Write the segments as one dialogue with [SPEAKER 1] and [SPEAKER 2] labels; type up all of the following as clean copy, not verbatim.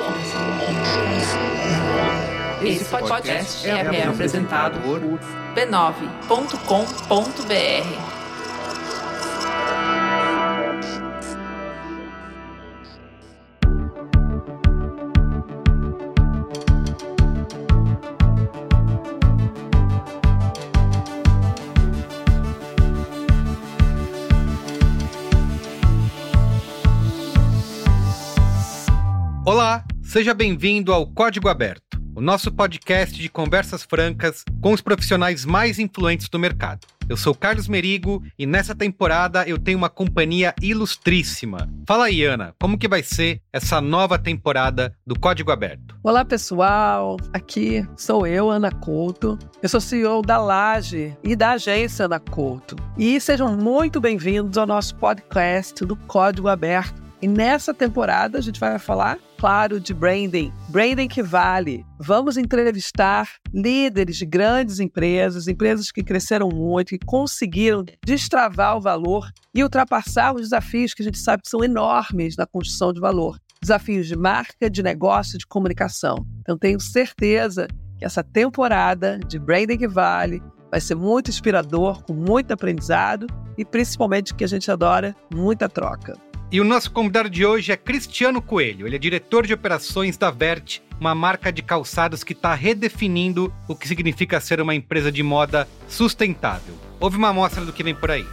[SPEAKER 1] Esse podcast é apresentado por b9.com.br.
[SPEAKER 2] Olá, seja bem-vindo ao Código Aberto, o nosso podcast de conversas francas com os profissionais mais influentes do mercado. Eu sou Carlos Merigo e nessa temporada eu tenho uma companhia ilustríssima. Fala aí, Ana, como que vai ser essa nova temporada do Código Aberto?
[SPEAKER 3] Olá, pessoal. Aqui sou eu, Ana Couto. Eu sou CEO da Laje e da agência Ana Couto. E sejam muito bem-vindos ao nosso podcast do Código Aberto. E nessa temporada a gente vai falar, claro, de branding. Branding que vale. Vamos entrevistar líderes de grandes empresas, empresas que cresceram muito, que conseguiram destravar o valor e ultrapassar os desafios que a gente sabe que são enormes na construção de valor. Desafios de marca, de negócio, de comunicação. Então tenho certeza que essa temporada de Branding que vale vai ser muito inspirador, com muito aprendizado e principalmente, que a gente adora, muita troca.
[SPEAKER 2] E o nosso convidado de hoje é Cristiano Coelho. Ele é diretor de operações da Vert, uma marca de calçados que está redefinindo o que significa ser uma empresa de moda sustentável. Ouve uma amostra do que vem por aí.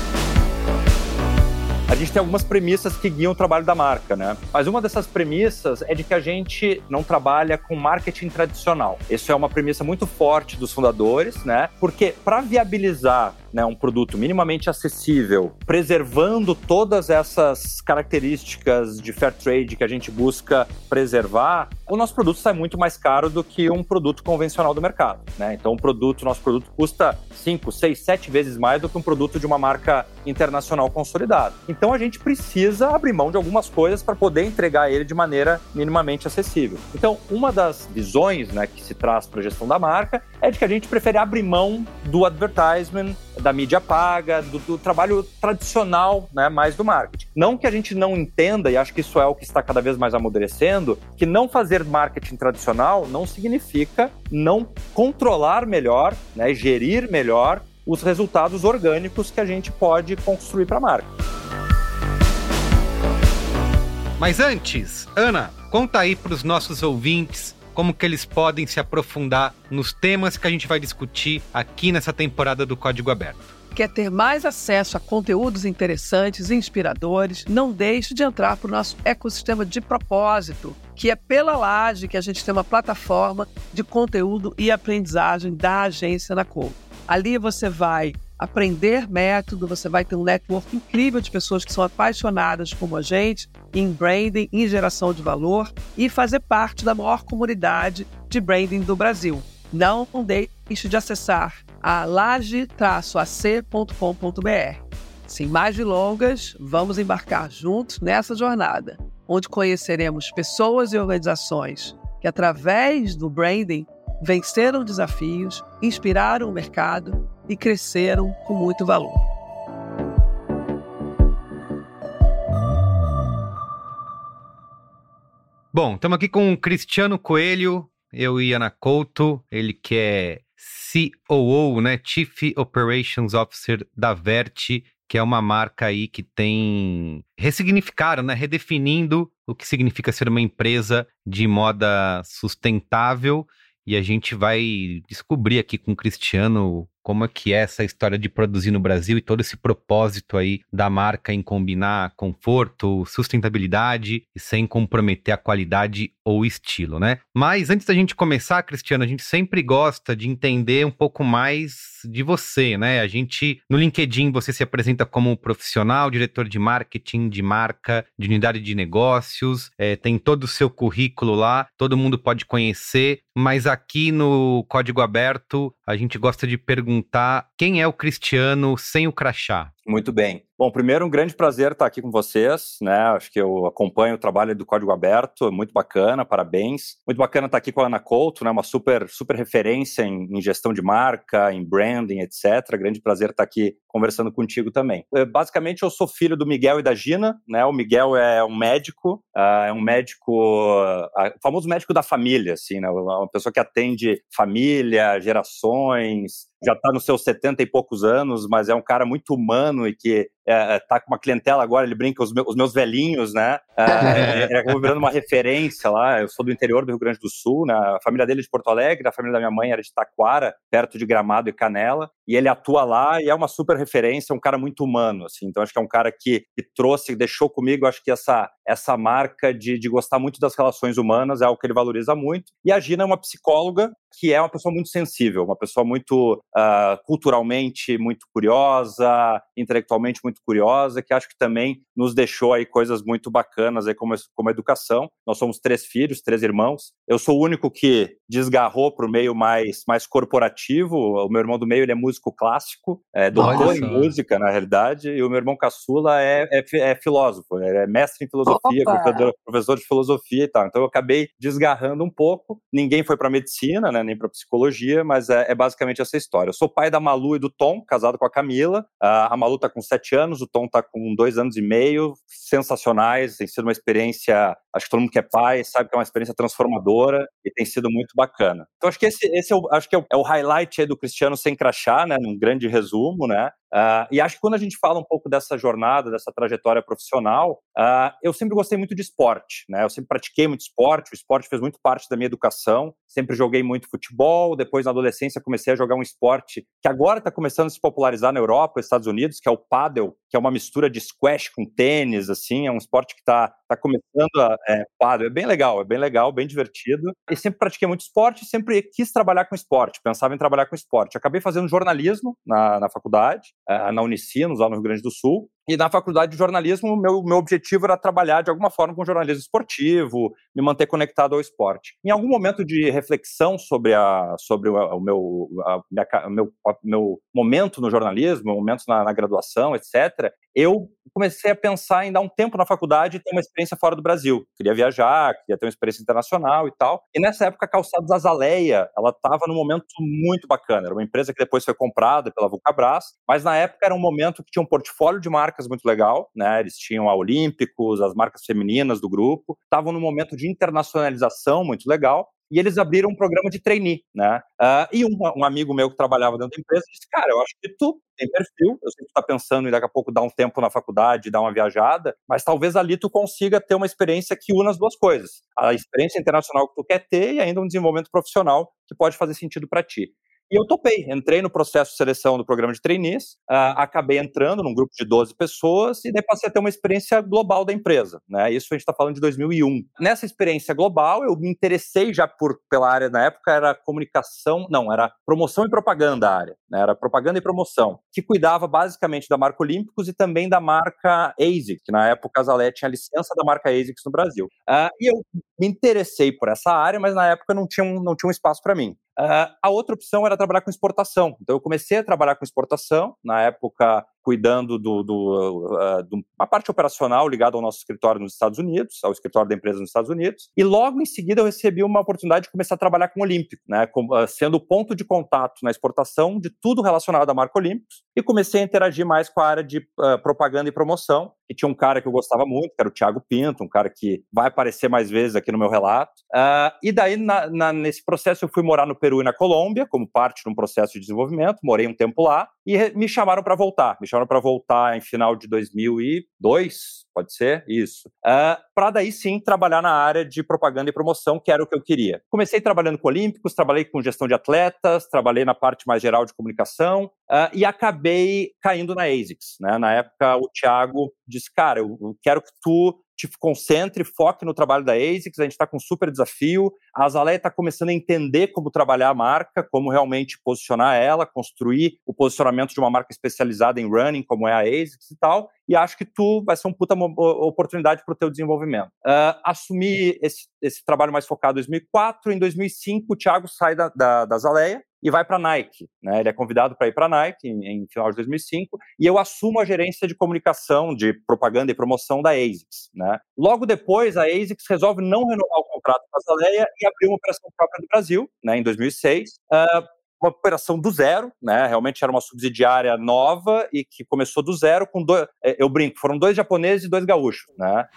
[SPEAKER 4] A gente tem algumas premissas que guiam o trabalho da marca, né? Mas uma dessas premissas é de que a gente não trabalha com marketing tradicional. Isso é uma premissa muito forte dos fundadores, né? Porque para viabilizar, né, um produto minimamente acessível, preservando todas essas características de fair trade que a gente busca preservar, o nosso produto sai muito mais caro do que um produto convencional do mercado, né? Então o nosso produto custa 5, 6, 7 vezes mais do que um produto de uma marca internacional consolidada. Então a gente precisa abrir mão de algumas coisas para poder entregar ele de maneira minimamente acessível. Então uma das visões, né, que se traz para a gestão da marca é de que a gente prefere abrir mão do advertisement, da mídia paga, do trabalho tradicional, né, mais do marketing. Não que a gente não entenda, e acho que isso é o que está cada vez mais amadurecendo, que não fazer marketing tradicional não significa não controlar melhor, né, gerir melhor os resultados orgânicos que a gente pode construir para a marca.
[SPEAKER 2] Mas antes, Ana, conta aí para os nossos ouvintes como que eles podem se aprofundar nos temas que a gente vai discutir aqui nessa temporada do Código Aberto.
[SPEAKER 3] Quer ter mais acesso a conteúdos interessantes e inspiradores? Não deixe de entrar para o nosso ecossistema de propósito, que é pela Laje que a gente tem uma plataforma de conteúdo e aprendizagem da agência Ana Couto. Ali você vai aprender método, você vai ter um network incrível de pessoas que são apaixonadas como a gente em branding, em geração de valor e fazer parte da maior comunidade de branding do Brasil. Não deixe de acessar a laje-ac.com.br. Sem mais delongas, vamos embarcar juntos nessa jornada, onde conheceremos pessoas e organizações que, através do branding, venceram desafios, inspiraram o mercado e cresceram com muito valor.
[SPEAKER 2] Bom, estamos aqui com o Cristiano Coelho, eu e Ana Couto, ele que é COO, né, Chief Operations Officer da Vert, que é uma marca aí que tem ressignificado, né, redefinindo o que significa ser uma empresa de moda sustentável. E a gente vai descobrir aqui com o Cristiano como é que é essa história de produzir no Brasil e todo esse propósito aí da marca em combinar conforto, sustentabilidade e sem comprometer a qualidade ou estilo, né? Mas antes da gente começar, Cristiano, a gente sempre gosta de entender um pouco mais de você, né? A gente, no LinkedIn, você se apresenta como profissional, diretor de marketing, de marca, de unidade de negócios, tem todo o seu currículo lá, todo mundo pode conhecer, mas aqui no Código Aberto, a gente gosta de perguntar quem é o Cristiano sem o crachá.
[SPEAKER 4] Muito bem. Bom, primeiro, um grande prazer estar aqui com vocês, né? Acho que eu acompanho o trabalho do Código Aberto, muito bacana, parabéns. Muito bacana estar aqui com a Ana Couto, né? Uma super referência em gestão de marca, em branding, etc. Grande prazer estar aqui conversando contigo também. Basicamente, eu sou filho do Miguel e da Gina, né? O Miguel é um médico, o famoso médico da família, assim, né? Uma pessoa que atende família, gerações, já está nos seus 70 e poucos anos, mas é um cara muito humano e que tá com uma clientela agora, ele brinca, os meus velhinhos, né? Acabou virando uma referência lá. Eu sou do interior do Rio Grande do Sul, né? A família dele é de Porto Alegre, a família da minha mãe era de Taquara, perto de Gramado e Canela, e ele atua lá e é uma super referência, um cara muito humano, assim. Então acho que é um cara que trouxe, deixou comigo, acho que essa marca de gostar muito das relações humanas é algo que ele valoriza muito. E a Gina é uma psicóloga que é uma pessoa muito sensível, uma pessoa muito culturalmente muito curiosa, intelectualmente muito curiosa, que acho que também nos deixou aí coisas muito bacanas aí como educação. Nós somos 3 filhos, 3 irmãos. Eu sou o único que desgarrou para o meio mais corporativo. O meu irmão do meio, ele é músico clássico, doutor em música, na realidade, e o meu irmão caçula é filósofo, ele é mestre em filosofia, professor de filosofia e tal. Então eu acabei desgarrando um pouco. Ninguém foi para medicina, né, nem para psicologia, mas é basicamente essa história. Eu sou pai da Malu e do Tom, casado com a Camila. A Malu tá com 7 anos, o Tom tá com 2 anos e meio, sensacionais, tem sido uma experiência, acho que todo mundo que é pai sabe que é uma experiência transformadora e tem sido muito bacana. Então acho que esse acho que é o highlight aí do Cristiano sem crachá, né, num grande resumo, né? E acho que quando a gente fala um pouco dessa jornada, dessa trajetória profissional, eu sempre gostei muito de esporte, né? Eu sempre pratiquei muito esporte, o esporte fez muito parte da minha educação, sempre joguei muito futebol, depois na adolescência comecei a jogar um esporte que agora está começando a se popularizar na Europa, Estados Unidos, que é o pádel, que é uma mistura de squash com tênis, assim, é um esporte que está começando pádel, é bem legal, bem divertido. E sempre pratiquei muito esporte, sempre quis trabalhar com esporte, pensava em trabalhar com esporte. Acabei fazendo jornalismo na faculdade, na Unicinos, lá no Rio Grande do Sul. E na faculdade de jornalismo, o meu objetivo era trabalhar de alguma forma com jornalismo esportivo, me manter conectado ao esporte. Em algum momento de reflexão sobre o meu momento no jornalismo, meu momento na graduação, etc., eu comecei a pensar em dar um tempo na faculdade e ter uma experiência fora do Brasil. Queria viajar, queria ter uma experiência internacional e tal. E nessa época, a Calçados Azaleia, ela estava num momento muito bacana. Era uma empresa que depois foi comprada pela Vulcabras, mas na época era um momento que tinha um portfólio de marcas muito legal, né? Eles tinham a Olímpicos, as marcas femininas do grupo, estavam num momento de internacionalização muito legal. E eles abriram um programa de trainee, né? E um amigo meu que trabalhava dentro da empresa disse, cara, eu acho que tu tem perfil, eu sei que tu tá pensando em daqui a pouco dar um tempo na faculdade, dar uma viajada, mas talvez ali tu consiga ter uma experiência que una as duas coisas. A experiência internacional que tu quer ter e ainda um desenvolvimento profissional que pode fazer sentido para ti. E eu topei, entrei no processo de seleção do programa de trainees, acabei entrando num grupo de 12 pessoas e daí passei a ter uma experiência global da empresa, né? Isso a gente está falando de 2001. Nessa experiência global, eu me interessei já pela área, na época era era promoção e propaganda a área, né? Era propaganda e promoção, que cuidava basicamente da marca Olímpicos e também da marca ASICS, que na época a Zalé tinha a licença da marca ASICS no Brasil. E eu me interessei por essa área, mas na época não tinha um espaço para mim. A outra opção era trabalhar com exportação. Então, eu comecei a trabalhar com exportação, na época cuidando de uma parte operacional ligada ao nosso escritório nos Estados Unidos, ao escritório da empresa nos Estados Unidos, e logo em seguida eu recebi uma oportunidade de começar a trabalar com o Olímpico, né, sendo o ponto de contato na exportação de tudo relacionado à marca Olímpicos, e comecei a interagir mais com a área de propaganda e promoção, e tinha um cara que eu gostava muito, que era o Thiago Pinto, um cara que vai aparecer mais vezes aqui no meu relato, e daí nesse processo eu fui morar no Peru e na Colômbia, como parte de um processo de desenvolvimento, morei um tempo lá, e me chamaram para voltar. Me chamaram para voltar em final de 2002, pode ser? Isso. Para daí sim trabalhar na área de propaganda e promoção, que era o que eu queria. Comecei trabalhando com Olímpicos, trabalhei com gestão de atletas, trabalhei na parte mais geral de comunicação e acabei caindo na ASICS, né? Na época o Thiago disse, cara, eu quero que tu te concentre, foque no trabalho da ASICS, a gente está com um super desafio, a Azaleia está começando a entender como trabalhar a marca, como realmente posicionar ela, construir o posicionamento de uma marca especializada em running, como é a ASICS e tal, e acho que tu vai ser uma puta oportunidade para o teu desenvolvimento. Assumi esse trabalho mais focado em 2004, em 2005 o Thiago sai da Azaleia, e vai para a Nike, né? Ele é convidado para ir para a Nike em final de 2005, e eu assumo a gerência de comunicação, de propaganda e promoção da ASICS, né? Logo depois, a ASICS resolve não renovar o contrato com a Azaleia e abrir uma operação própria no Brasil, né, em 2006. Uma operação do zero, né? Realmente era uma subsidiária nova e que começou do zero com eu brinco, foram 2 japoneses e 2 gaúchos, né?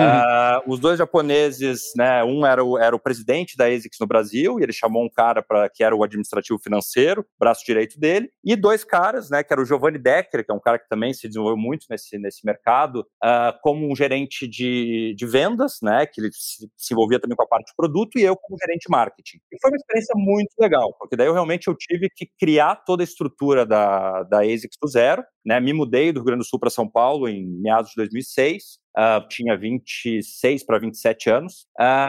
[SPEAKER 4] Os 2 japoneses, né? Um era o presidente da ASICS no Brasil e ele chamou um cara que era o administrativo financeiro, braço direito dele, e 2 caras, né? Que era o Giovanni Decker, que é um cara que também se desenvolveu muito nesse mercado, como um gerente de vendas, né? Que ele se envolvia também com a parte de produto, e eu como gerente de marketing. E foi uma experiência muito legal, porque daí eu tive que criar toda a estrutura da ASICS do zero, né? Me mudei do Rio Grande do Sul para São Paulo em meados de 2006, tinha 26 para 27 anos,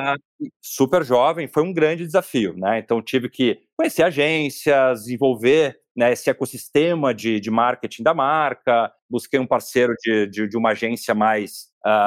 [SPEAKER 4] super jovem, foi um grande desafio, né? Então tive que conhecer agências, desenvolver, né, esse ecossistema de marketing da marca, busquei um parceiro de uma agência mais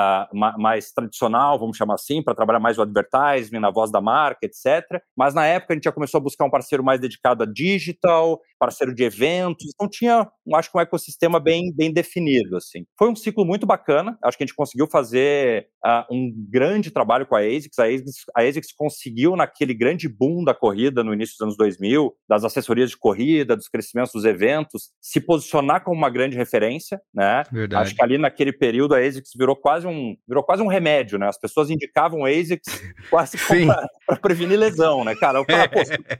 [SPEAKER 4] tradicional, vamos chamar assim, para trabalhar mais o advertising, na voz da marca, etc. Mas na época a gente já começou a buscar um parceiro mais dedicado a digital, parceiro de eventos, então tinha, acho que um ecossistema bem definido, assim. Foi um ciclo muito bacana, acho que a gente conseguiu fazer um grande trabalho com a ASICS. A ASICS conseguiu, naquele grande boom da corrida no início dos anos 2000, das assessorias de corrida, dos crescimentos dos eventos, se posicionar como uma grande referência, né?
[SPEAKER 2] Verdade.
[SPEAKER 4] Acho que ali naquele período a ASICS virou quase um remédio, né? As pessoas indicavam a ASICS quase para prevenir lesão, né, cara? Eu falava,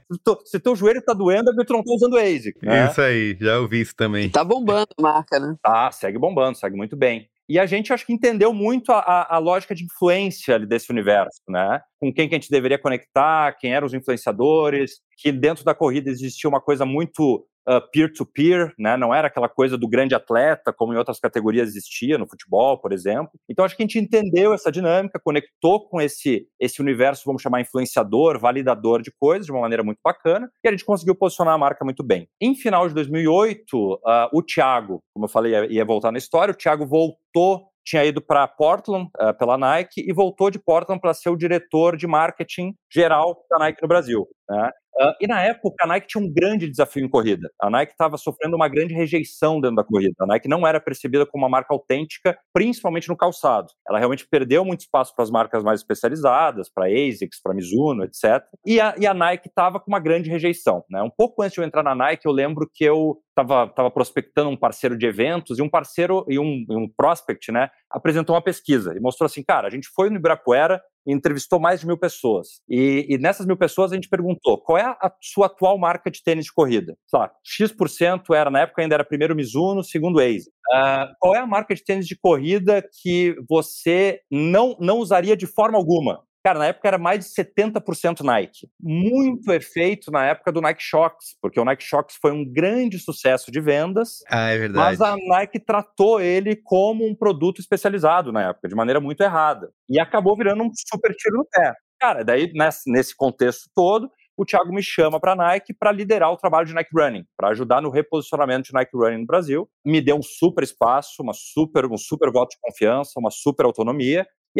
[SPEAKER 4] se teu joelho tá doendo é porque tu não tá usando ASICS, né?
[SPEAKER 2] Isso aí, já ouvi isso também.
[SPEAKER 3] Tá bombando a marca, né?
[SPEAKER 4] Segue bombando, segue muito bem. E a gente, acho que entendeu muito a lógica de influência desse universo, né? Com quem que a gente deveria conectar, quem eram os influenciadores, que dentro da corrida existia uma coisa muito peer-to-peer, né? Não era aquela coisa do grande atleta, como em outras categorias existia, no futebol, por exemplo. Então, acho que a gente entendeu essa dinâmica, conectou com esse universo, vamos chamar influenciador, validador de coisas, de uma maneira muito bacana, e a gente conseguiu posicionar a marca muito bem. Em final de 2008, o Thiago, como eu falei, ia voltar na história, o Thiago voltou, tinha ido para Portland pela Nike e voltou de Portland para ser o diretor de marketing geral da Nike no Brasil, né? E na época a Nike tinha um grande desafio em corrida. A Nike estava sofrendo uma grande rejeição dentro da corrida. A Nike não era percebida como uma marca autêntica, principalmente no calçado. Ela realmente perdeu muito espaço para as marcas mais especializadas, para ASICS, para Mizuno, etc. E a Nike estava com uma grande rejeição, né? Um pouco antes de eu entrar na Nike, eu lembro que eu estava prospectando um parceiro de eventos, e um parceiro e um prospect, né, apresentou uma pesquisa e mostrou assim, cara, a gente foi no Ibirapuera e entrevistou mais de 1.000 pessoas. E nessas 1.000 pessoas a gente perguntou, qual é a sua atual marca de tênis de corrida? Sei lá, X% era, na época ainda era primeiro Mizuno, segundo ASICS. Qual é a marca de tênis de corrida que você não usaria de forma alguma? Cara, na época era mais de 70% Nike. Muito efeito na época do Nike Shox, porque o Nike Shox foi um grande sucesso de vendas.
[SPEAKER 2] É verdade.
[SPEAKER 4] Mas a Nike tratou ele como um produto especializado na época, de maneira muito errada. E acabou virando um super tiro no pé. Cara, daí nesse contexto todo, o Thiago me chama para a Nike para liderar o trabalho de Nike Running, para ajudar no reposicionamento de Nike Running no Brasil. Me deu um super espaço, um super voto de confiança, uma super autonomia. E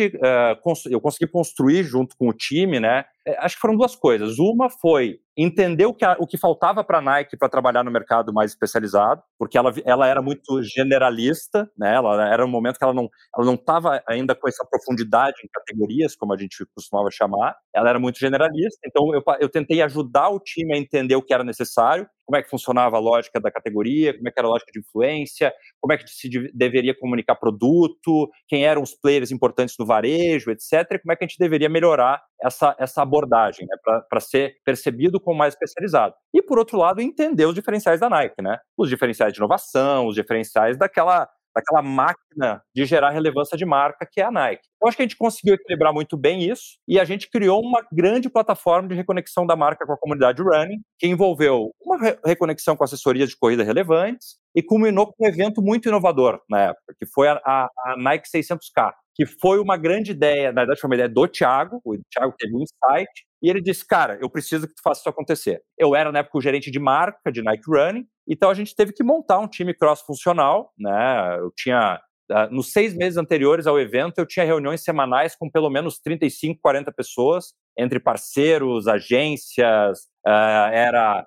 [SPEAKER 4] eu consegui construir junto com o time, né? Acho que foram 2 coisas. Uma foi entender o que faltava para a Nike para trabalhar no mercado mais especializado, porque ela era muito generalista, né? Era um momento que ela não estava ainda com essa profundidade em categorias, como a gente costumava chamar. Ela era muito generalista, então eu tentei ajudar o time a entender o que era necessário, como é que funcionava a lógica da categoria, como é que era a lógica de influência, como é que se deveria comunicar produto, quem eram os players importantes no varejo, etc., e como é que a gente deveria melhorar essa abordagem, né, para ser percebido como mais especializado. E, por outro lado, entender os diferenciais da Nike, né? Os diferenciais de inovação, os diferenciais daquela máquina de gerar relevância de marca que é a Nike. Eu acho que a gente conseguiu equilibrar muito bem isso e a gente criou uma grande plataforma de reconexão da marca com a comunidade running, que envolveu uma reconexão com assessorias de corrida relevantes e culminou com um evento muito inovador na época, que foi a Nike 600K, que foi uma grande ideia, na verdade foi uma ideia do Thiago, o Thiago teve um insight, e ele disse, cara, eu preciso que tu faça isso acontecer. Eu era, na época, o gerente de marca de Nike Running, então a gente teve que montar um time cross-funcional, né? Eu tinha, nos 6 meses anteriores ao evento, eu tinha reuniões semanais com pelo menos 35, 40 pessoas, entre parceiros, agências, era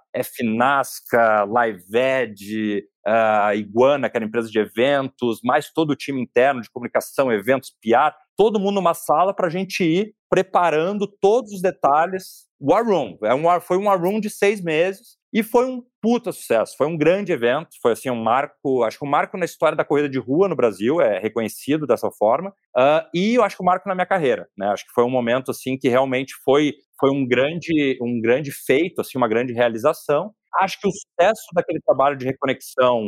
[SPEAKER 4] FNASCA, LiveEd, Iguana, que era empresa de eventos, mais todo o time interno de comunicação, eventos, PR, todo mundo numa sala para a gente ir preparando todos os detalhes. War Room, foi um War Room de 6 meses e foi um puta sucesso, foi um grande evento, foi assim um marco, acho que um marco na história da corrida de rua no Brasil, é reconhecido dessa forma, e eu acho que um marco na minha carreira, né? Acho que foi um momento assim que realmente foi um grande feito, assim, uma grande realização. Acho que o sucesso daquele trabalho de reconexão,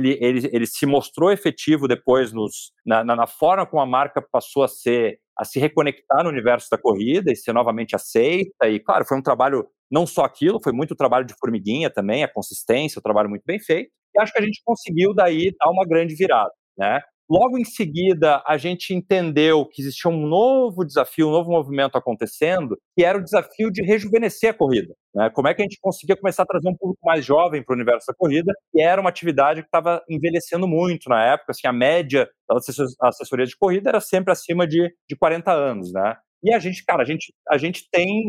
[SPEAKER 4] ele se mostrou efetivo depois na forma como a marca passou a se reconectar no universo da corrida e ser novamente aceita. E, claro, foi um trabalho, não só aquilo, foi muito trabalho de formiguinha também, a consistência, o trabalho muito bem feito. E acho que a gente conseguiu daí dar uma grande virada, né? Logo em seguida, a gente entendeu que existia um novo desafio, um novo movimento acontecendo, que era o desafio de rejuvenescer a corrida, né? Como é que a gente conseguia começar a trazer um público mais jovem para o universo da corrida, que era uma atividade que estava envelhecendo muito na época, assim, a média das assessorias de corrida era sempre acima de 40 anos, né? E a gente, cara, a gente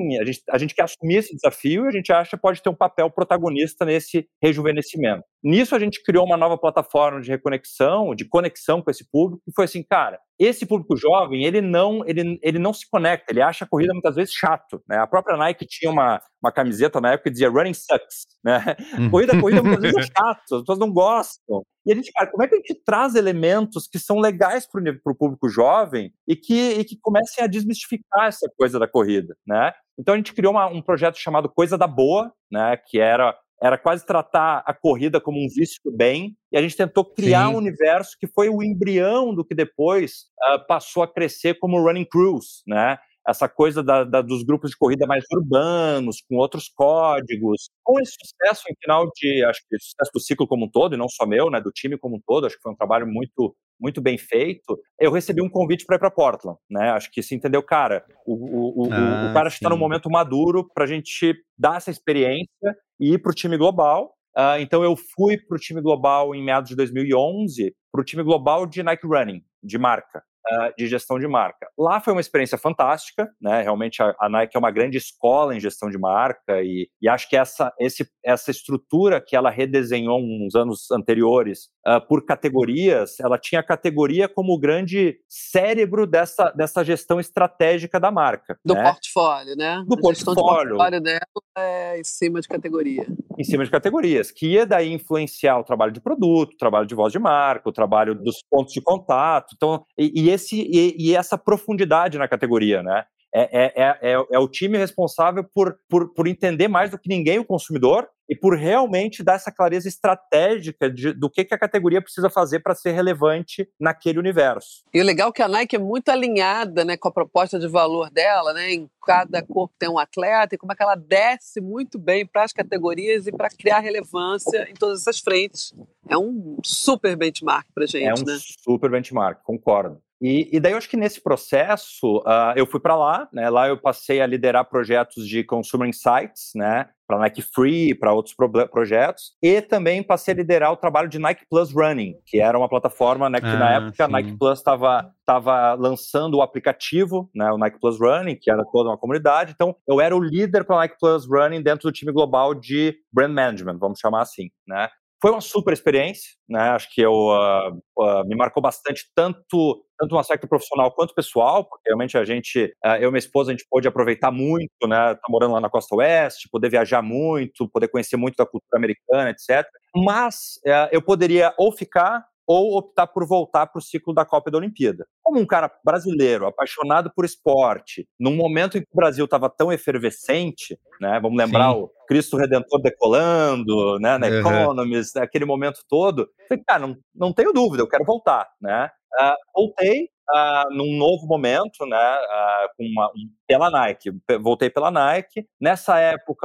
[SPEAKER 4] quer assumir esse desafio e a gente acha que pode ter um papel protagonista nesse rejuvenescimento. Nisso a gente criou uma nova plataforma de reconexão, de conexão com esse público, e foi assim, cara, esse público jovem, ele não se conecta, ele acha a corrida muitas vezes chato, né? A própria Nike tinha uma camiseta na época que dizia Running Sucks, né? Corrida muitas vezes é chato, as pessoas não gostam. E a gente, cara, como é que a gente traz elementos que são legais para o público jovem e que comecem a desmistificar essa coisa da corrida, né? Então a gente criou um projeto chamado Coisa da Boa, né? Que era quase tratar a corrida como um vício do bem, e a gente tentou criar um universo que foi o embrião do que depois passou a crescer como Running Crews, né? Essa coisa dos grupos de corrida mais urbanos, com outros códigos, com esse sucesso em final acho que sucesso do ciclo como um todo, e não só meu, né, do time como um todo, acho que foi um trabalho muito, muito bem feito. Eu recebi um convite para ir para Portland, né, acho que se entendeu, cara, o cara está num momento maduro para a gente dar essa experiência e ir para o time global. Então eu fui para o time global em meados de 2011, para o time global de Nike Running, de marca. De gestão de marca. Lá foi uma experiência fantástica, né? Realmente a Nike é uma grande escola em gestão de marca e acho que essa estrutura que ela redesenhou uns anos anteriores por categorias, ela tinha a categoria como o grande cérebro dessa gestão estratégica da marca.
[SPEAKER 3] Do portfólio, né?
[SPEAKER 4] Do portfólio.
[SPEAKER 3] O portfólio dela é em cima de categoria.
[SPEAKER 4] Em cima de categorias, que ia daí influenciar o trabalho de produto, o trabalho de voz de marca, o trabalho dos pontos de contato. Então, e essa profundidade na categoria, né? É o time responsável por entender mais do que ninguém o consumidor e por realmente dar essa clareza estratégica do que a categoria precisa fazer para ser relevante naquele universo.
[SPEAKER 3] E o legal é que a Nike é muito alinhada, né, com a proposta de valor dela, né? Em cada corpo tem um atleta e como é que ela desce muito bem para as categorias e para criar relevância em todas essas frentes. É um super benchmark para a gente, né?
[SPEAKER 4] Super benchmark, concordo. E daí eu acho que nesse processo eu fui para lá, né? Lá eu passei a liderar projetos de Consumer Insights, né? Para Nike Free, para outros projetos, e também passei a liderar o trabalho de Nike Plus Running, que era uma plataforma, né, que na época a Nike Plus estava lançando o aplicativo, né, o Nike Plus Running, que era toda uma comunidade. Então eu era o líder para o Nike Plus Running dentro do time global de Brand Management, vamos chamar assim, né? Foi uma super experiência, né? Acho que me marcou bastante tanto no aspecto profissional quanto pessoal, porque realmente eu e minha esposa, a gente pôde aproveitar muito, né? Tá morando lá na Costa Oeste, poder viajar muito, poder conhecer muito da cultura americana, etc. Mas eu poderia ou ficar ou optar por voltar para o ciclo da Copa e da Olimpíada. Como um cara brasileiro, apaixonado por esporte, num momento em que o Brasil estava tão efervescente, né? Vamos lembrar o Cristo Redentor decolando, né? Na Economist, aquele momento todo. Falei, cara, não tenho dúvida, eu quero voltar, né? Voltei num novo momento, né? Pela Nike. Voltei pela Nike. Nessa época,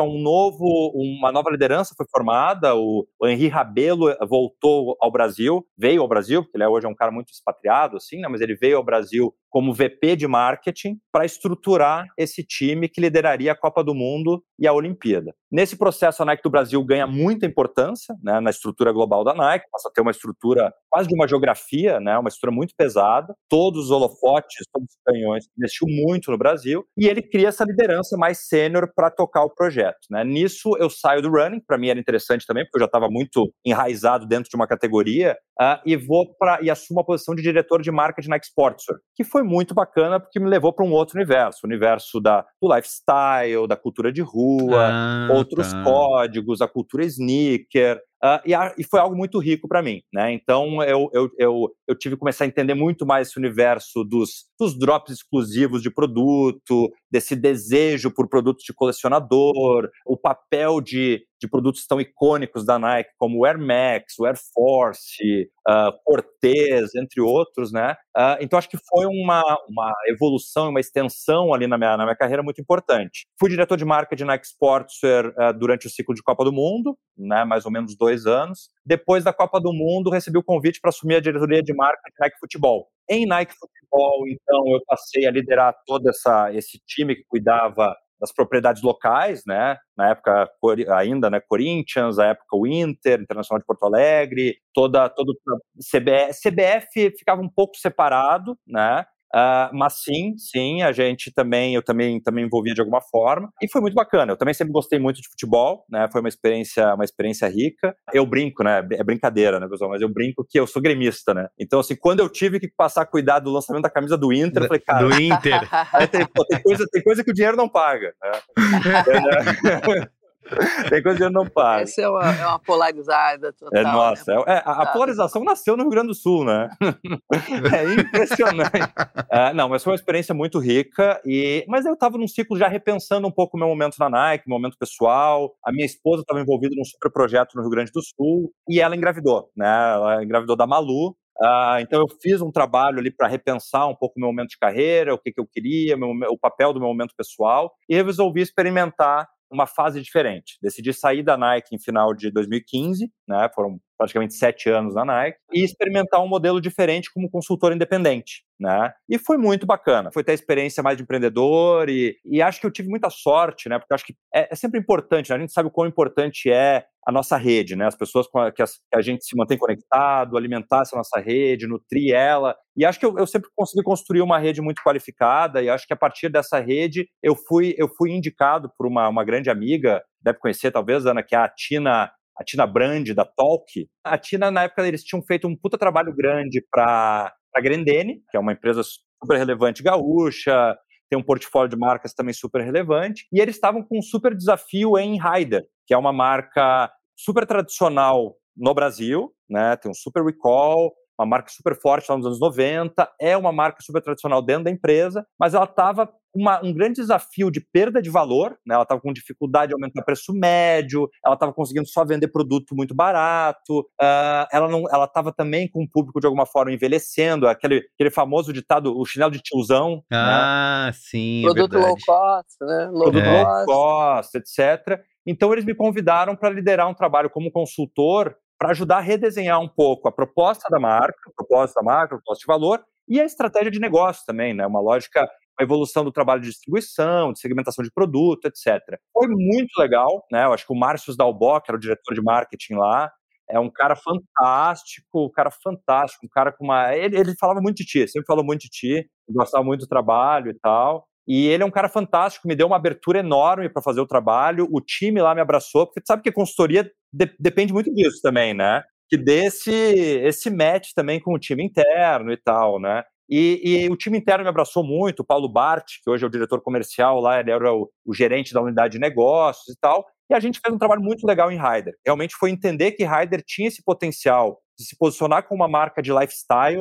[SPEAKER 4] uma nova liderança foi formada. O Henri Rabelo veio ao Brasil, porque ele hoje é um cara muito expatriado, assim, né? Mas ele veio ao Brasil como VP de marketing para estruturar esse time que lideraria a Copa do Mundo e a Olimpíada. Nesse processo, a Nike do Brasil ganha muita importância, né, na estrutura global da Nike, passa a ter uma estrutura quase de uma geografia, né, uma estrutura muito pesada, todos os holofotes, todos os canhões, investiu muito no Brasil, e ele cria essa liderança mais sênior para tocar o projeto. Né. Nisso, eu saio do running, para mim era interessante também, porque eu já estava muito enraizado dentro de uma categoria, e assumo a posição de diretor de marca de Nike Sportswear, que foi muito bacana porque me levou para um outro universo, o universo do lifestyle, da cultura de rua, outros códigos, a cultura sneaker, e foi algo muito rico para mim, né? Então eu tive que começar a entender muito mais esse universo dos drops exclusivos de produto, desse desejo por produtos de colecionador, o papel de produtos tão icônicos da Nike, como o Air Max, o Air Force, Cortez, entre outros, né? Então acho que foi uma evolução, uma extensão ali na minha carreira muito importante. Fui diretor de marca de Nike Sportswear durante o ciclo de Copa do Mundo, né? Mais ou menos 2 anos. Depois da Copa do Mundo, recebi o convite para assumir a diretoria de marca de Nike Futebol. Em Nike Futebol, então, eu passei a liderar todo esse time que cuidava das propriedades locais, né? Na época ainda, né, Corinthians, na época o Inter, Internacional de Porto Alegre, todo CBF ficava um pouco separado, né? Mas sim, eu também envolvia de alguma forma, e foi muito bacana. Eu também sempre gostei muito de futebol, né? Foi uma experiência rica. Eu brinco, né? É brincadeira, né, pessoal? Mas eu brinco que eu sou gremista, né? Então, assim, quando eu tive que passar a cuidar do lançamento da camisa do Inter, eu falei, cara...
[SPEAKER 2] Do Inter!
[SPEAKER 4] tem coisa que o dinheiro não paga, né? Tem coisa que eu não pago.
[SPEAKER 3] Essa é uma polarizada total.
[SPEAKER 4] Nossa, né? A polarização nasceu no Rio Grande do Sul, né? É impressionante. Não, mas foi uma experiência muito rica, mas eu estava num ciclo já repensando um pouco o meu momento na Nike, meu momento pessoal. A minha esposa estava envolvida num super projeto no Rio Grande do Sul, e ela engravidou, né? Ela engravidou da Malu. Então eu fiz um trabalho ali para repensar um pouco o meu momento de carreira, o que eu queria, o papel do meu momento pessoal, e resolvi experimentar uma fase diferente. Decidi sair da Nike em final de 2015, né? Foram praticamente 7 anos na Nike, e experimentar um modelo diferente como consultor independente, né? E foi muito bacana. Foi ter a experiência mais de empreendedor e acho que eu tive muita sorte, né? Porque acho que é sempre importante, né? A gente sabe o quão importante é a nossa rede, né? As pessoas que a gente se mantém conectado, alimentar essa nossa rede, nutrir ela. E acho que eu sempre consegui construir uma rede muito qualificada, e acho que a partir dessa rede eu fui indicado por uma grande amiga, deve conhecer talvez, Ana, que é a Tina Brand, da Talk. A Tina, na época, eles tinham feito um puta trabalho grande para a Grendene, que é uma empresa super relevante gaúcha, tem um portfólio de marcas também super relevante, e eles estavam com um super desafio em Haider, que é uma marca super tradicional no Brasil, né? Tem um super recall, uma marca super forte lá nos anos 90, é uma marca super tradicional dentro da empresa, mas ela estava com um grande desafio de perda de valor, né? Ela estava com dificuldade de aumentar o preço médio, ela estava conseguindo só vender produto muito barato, ela estava também com o público de alguma forma envelhecendo, aquele famoso ditado, o chinelo de tiozão.
[SPEAKER 2] Né? Sim,
[SPEAKER 3] produto low cost, né?
[SPEAKER 4] Produto low cost, etc. Então eles me convidaram para liderar um trabalho como consultor para ajudar a redesenhar um pouco a proposta da marca, o propósito de valor e a estratégia de negócio também, né? Uma lógica, a evolução do trabalho de distribuição, de segmentação de produto, etc. Foi muito legal, né? Eu acho que o Márcio Dalbó, que era o diretor de marketing lá, é um cara fantástico, um cara com uma... Ele falava muito de ti, sempre falou muito de ti, gostava muito do trabalho e tal. E ele é um cara fantástico, me deu uma abertura enorme para fazer o trabalho, o time lá me abraçou, porque tu sabe que a consultoria depende muito disso também, né? Que dê esse match também com o time interno e tal, né? E o time interno me abraçou muito, o Paulo Bart, que hoje é o diretor comercial lá, ele era o gerente da unidade de negócios e tal, e a gente fez um trabalho muito legal em Haider. Realmente foi entender que Haider tinha esse potencial de se posicionar como uma marca de lifestyle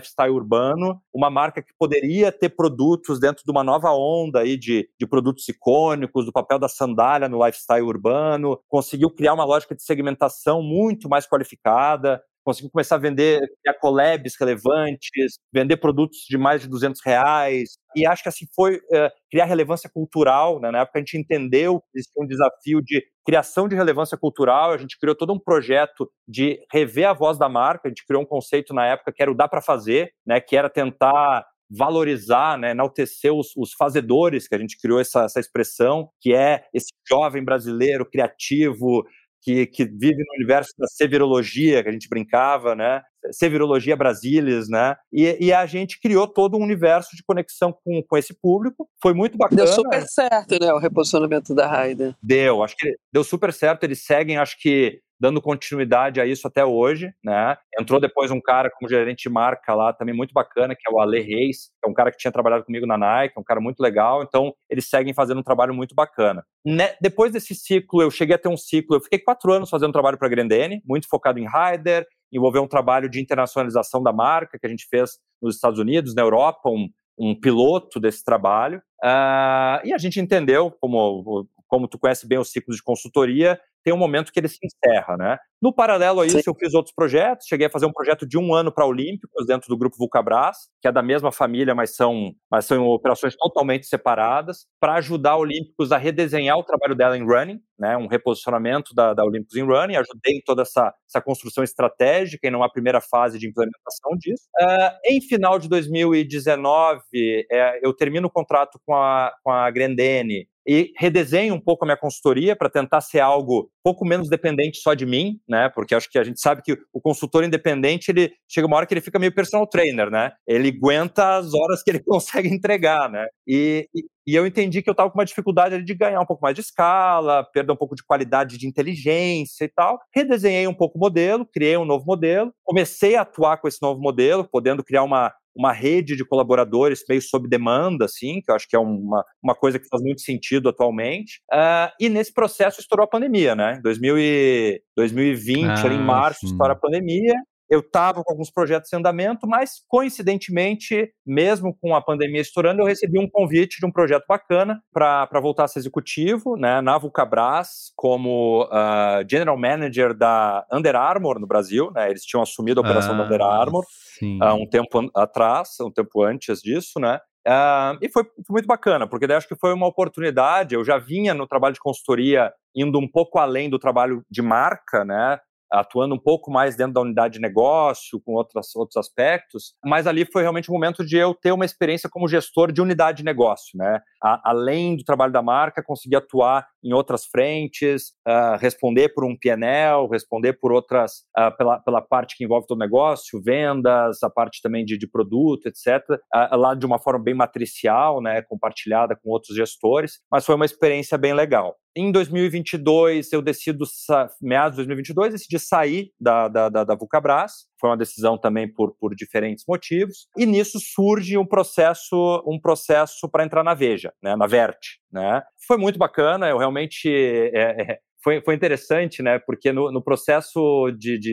[SPEAKER 4] urbano, uma marca que poderia ter produtos dentro de uma nova onda aí de produtos icônicos, do papel da sandália no lifestyle urbano, conseguiu criar uma lógica de segmentação muito mais qualificada, conseguiu começar a vender collabs relevantes, vender produtos de mais de R$200, e acho que assim foi criar relevância cultural, né? Na época a gente entendeu que existia um desafio de criação de relevância cultural, a gente criou todo um projeto de rever a voz da marca, a gente criou um conceito na época que era o Dá Pra Fazer, né? Que era tentar valorizar, né, enaltecer os fazedores, que a gente criou essa expressão, que é esse jovem brasileiro criativo, que vive no universo da sevirologia, que a gente brincava, né? Sevirologia Brasilis, né? E a gente criou todo um universo de conexão com esse público. Foi muito bacana.
[SPEAKER 3] Deu super certo, né? O reposicionamento da Haider.
[SPEAKER 4] Acho que deu super certo. Eles seguem, acho que, dando continuidade a isso até hoje, né? Entrou depois um cara como gerente de marca lá, também muito bacana, que é o Ale Reis, que é um cara que tinha trabalhado comigo na Nike, um cara muito legal. Então, eles seguem fazendo um trabalho muito bacana. Depois desse ciclo, eu cheguei a ter um ciclo, eu fiquei 4 anos fazendo trabalho para a Grendene, muito focado em Haider, envolveu um trabalho de internacionalização da marca, que a gente fez nos Estados Unidos, na Europa, um piloto desse trabalho. E a gente entendeu, como tu conhece bem os ciclos de consultoria, tem um momento que ele se encerra, né? No paralelo a isso, eu fiz outros projetos, cheguei a fazer um projeto de 1 ano para Olímpicos, dentro do grupo Vulcabras, que é da mesma família, mas são operações totalmente separadas, para ajudar a Olímpicos a redesenhar o trabalho dela em running, né? Um reposicionamento da Olímpicos em running, ajudei em toda essa construção estratégica e numa primeira fase de implementação disso. Em final de 2019, eu termino o contrato com a Grendene e redesenho um pouco a minha consultoria para tentar ser algo um pouco menos dependente só de mim, né? Porque acho que a gente sabe que o consultor independente, ele chega uma hora que ele fica meio personal trainer, né? Ele aguenta as horas que ele consegue entregar, né? E eu entendi que eu estava com uma dificuldade ali de ganhar um pouco mais de escala, perder um pouco de qualidade de inteligência e tal. Redesenhei um pouco o modelo, criei um novo modelo, comecei a atuar com esse novo modelo, podendo criar uma rede de colaboradores meio sob demanda, assim, que eu acho que é uma coisa que faz muito sentido atualmente. E nesse processo estourou a pandemia, né? Em 2020, ali em março, estoura a pandemia. Eu estava com alguns projetos em andamento, mas, coincidentemente, mesmo com a pandemia estourando, eu recebi um convite de um projeto bacana para voltar a ser executivo, né, na Vulcabras, como General Manager da Under Armour no Brasil, né? Eles tinham assumido a operação da Under Armour um tempo atrás, um tempo antes disso, né? E foi muito bacana, porque daí acho que foi uma oportunidade. Eu já vinha no trabalho de consultoria indo um pouco além do trabalho de marca, né? Atuando um pouco mais dentro da unidade de negócio, com outros aspectos, mas ali foi realmente o momento de eu ter uma experiência como gestor de unidade de negócio, né? Além do trabalho da marca, conseguir atuar em outras frentes, responder por um P&L, responder por outras, pela parte que envolve todo o negócio, vendas, a parte também de produto, etc., lá de uma forma bem matricial, né? Compartilhada com outros gestores, mas foi uma experiência bem legal. Em 2022, eu meados de 2022, decidi sair da Vulcabras. Foi uma decisão também por diferentes motivos. E nisso surge um processo para entrar na Veja, né, na Vert, né? Foi muito bacana, eu realmente... Foi interessante, né? Porque no processo